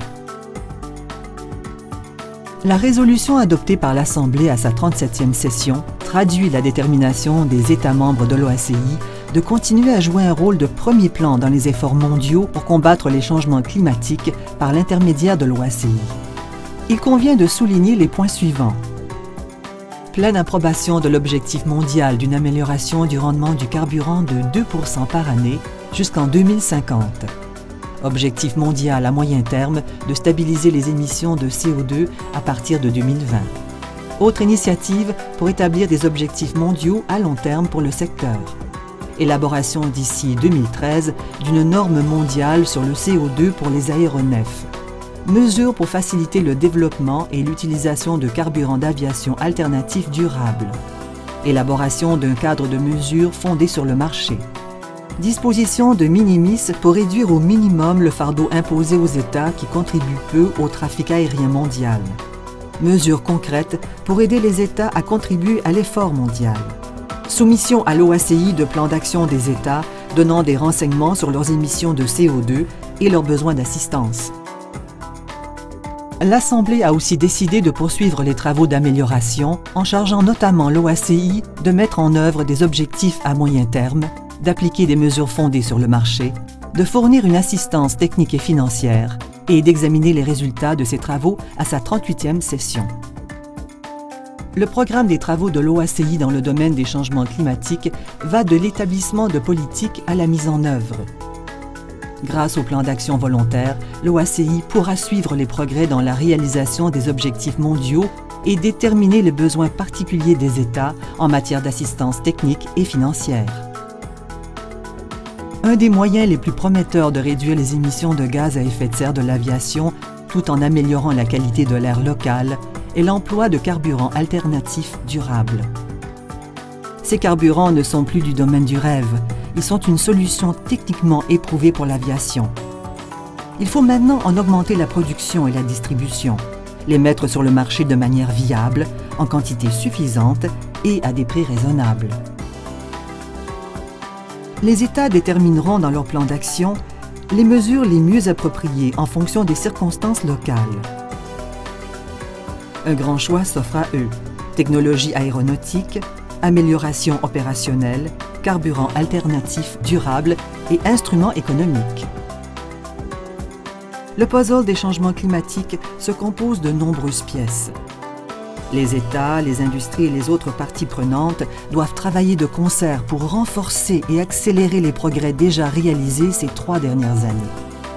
La résolution adoptée par l'Assemblée à sa 37e session traduit la détermination des États membres de l'OACI de continuer à jouer un rôle de premier plan dans les efforts mondiaux pour combattre les changements climatiques par l'intermédiaire de l'OACI. Il convient de souligner les points suivants. Pleine approbation de l'objectif mondial d'une amélioration du rendement du carburant de 2% par année jusqu'en 2050. Objectif mondial à moyen terme de stabiliser les émissions de CO2 à partir de 2020. Autre initiative pour établir des objectifs mondiaux à long terme pour le secteur. Élaboration d'ici 2013 d'une norme mondiale sur le CO2 pour les aéronefs. Mesures pour faciliter le développement et l'utilisation de carburants d'aviation alternatifs durables. Élaboration d'un cadre de mesures fondé sur le marché. Disposition de minimis pour réduire au minimum le fardeau imposé aux États qui contribuent peu au trafic aérien mondial. Mesures concrètes pour aider les États à contribuer à l'effort mondial. Soumission à l'OACI de plans d'action des États donnant des renseignements sur leurs émissions de CO2 et leurs besoins d'assistance. L'Assemblée a aussi décidé de poursuivre les travaux d'amélioration en chargeant notamment l'OACI de mettre en œuvre des objectifs à moyen terme, d'appliquer des mesures fondées sur le marché, de fournir une assistance technique et financière et d'examiner les résultats de ces travaux à sa 38e session. Le programme des travaux de l'OACI dans le domaine des changements climatiques va de l'établissement de politiques à la mise en œuvre. Grâce au plan d'action volontaire, l'OACI pourra suivre les progrès dans la réalisation des objectifs mondiaux et déterminer les besoins particuliers des États en matière d'assistance technique et financière. Un des moyens les plus prometteurs de réduire les émissions de gaz à effet de serre de l'aviation, tout en améliorant la qualité de l'air local, est l'emploi de carburants alternatifs durables. Ces carburants ne sont plus du domaine du rêve. Ils sont une solution techniquement éprouvée pour l'aviation. Il faut maintenant en augmenter la production et la distribution, les mettre sur le marché de manière viable, en quantité suffisante et à des prix raisonnables. Les États détermineront dans leur plan d'action les mesures les mieux appropriées en fonction des circonstances locales. Un grand choix s'offre à eux: technologie aéronautique, amélioration opérationnelle, carburants alternatifs durables et instruments économiques. Le puzzle des changements climatiques se compose de nombreuses pièces. Les États, les industries et les autres parties prenantes doivent travailler de concert pour renforcer et accélérer les progrès déjà réalisés ces 3 dernières années.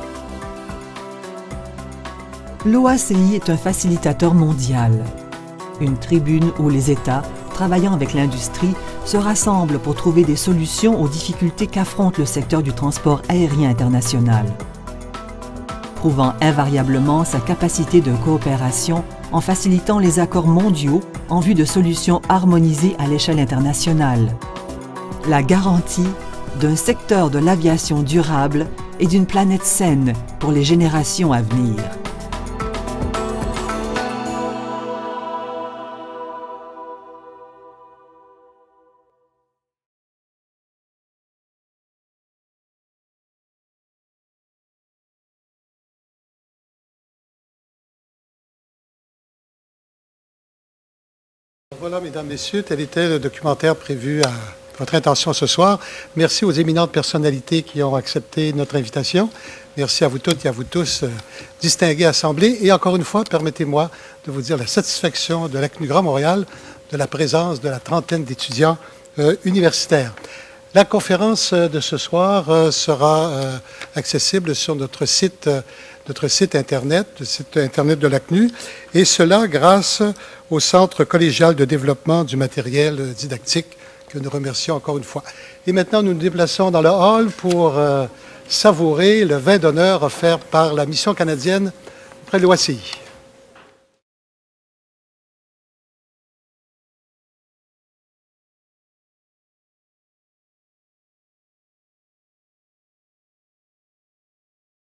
L'OACI est un facilitateur mondial, une tribune où les États, travaillant avec l'industrie, se rassemblent pour trouver des solutions aux difficultés qu'affronte le secteur du transport aérien international, prouvant invariablement sa capacité de coopération en facilitant les accords mondiaux en vue de solutions harmonisées à l'échelle internationale. La garantie d'un secteur de l'aviation durable et d'une planète saine pour les générations à venir. Voilà, mesdames, messieurs, tel était le documentaire prévu à votre intention ce soir. Merci aux éminentes personnalités qui ont accepté notre invitation. Merci à vous toutes et à vous tous, distingués assemblés. Et encore une fois, permettez-moi de vous dire la satisfaction de l'ACNU Grand Montréal de la présence de la trentaine d'étudiants universitaires. La conférence de ce soir sera accessible sur notre site Internet, le site Internet de l'ACNU, et cela grâce au Centre collégial de développement du matériel didactique, que nous remercions encore une fois. Et maintenant, nous nous déplaçons dans le hall pour savourer le vin d'honneur offert par la mission canadienne auprès de l'OACI.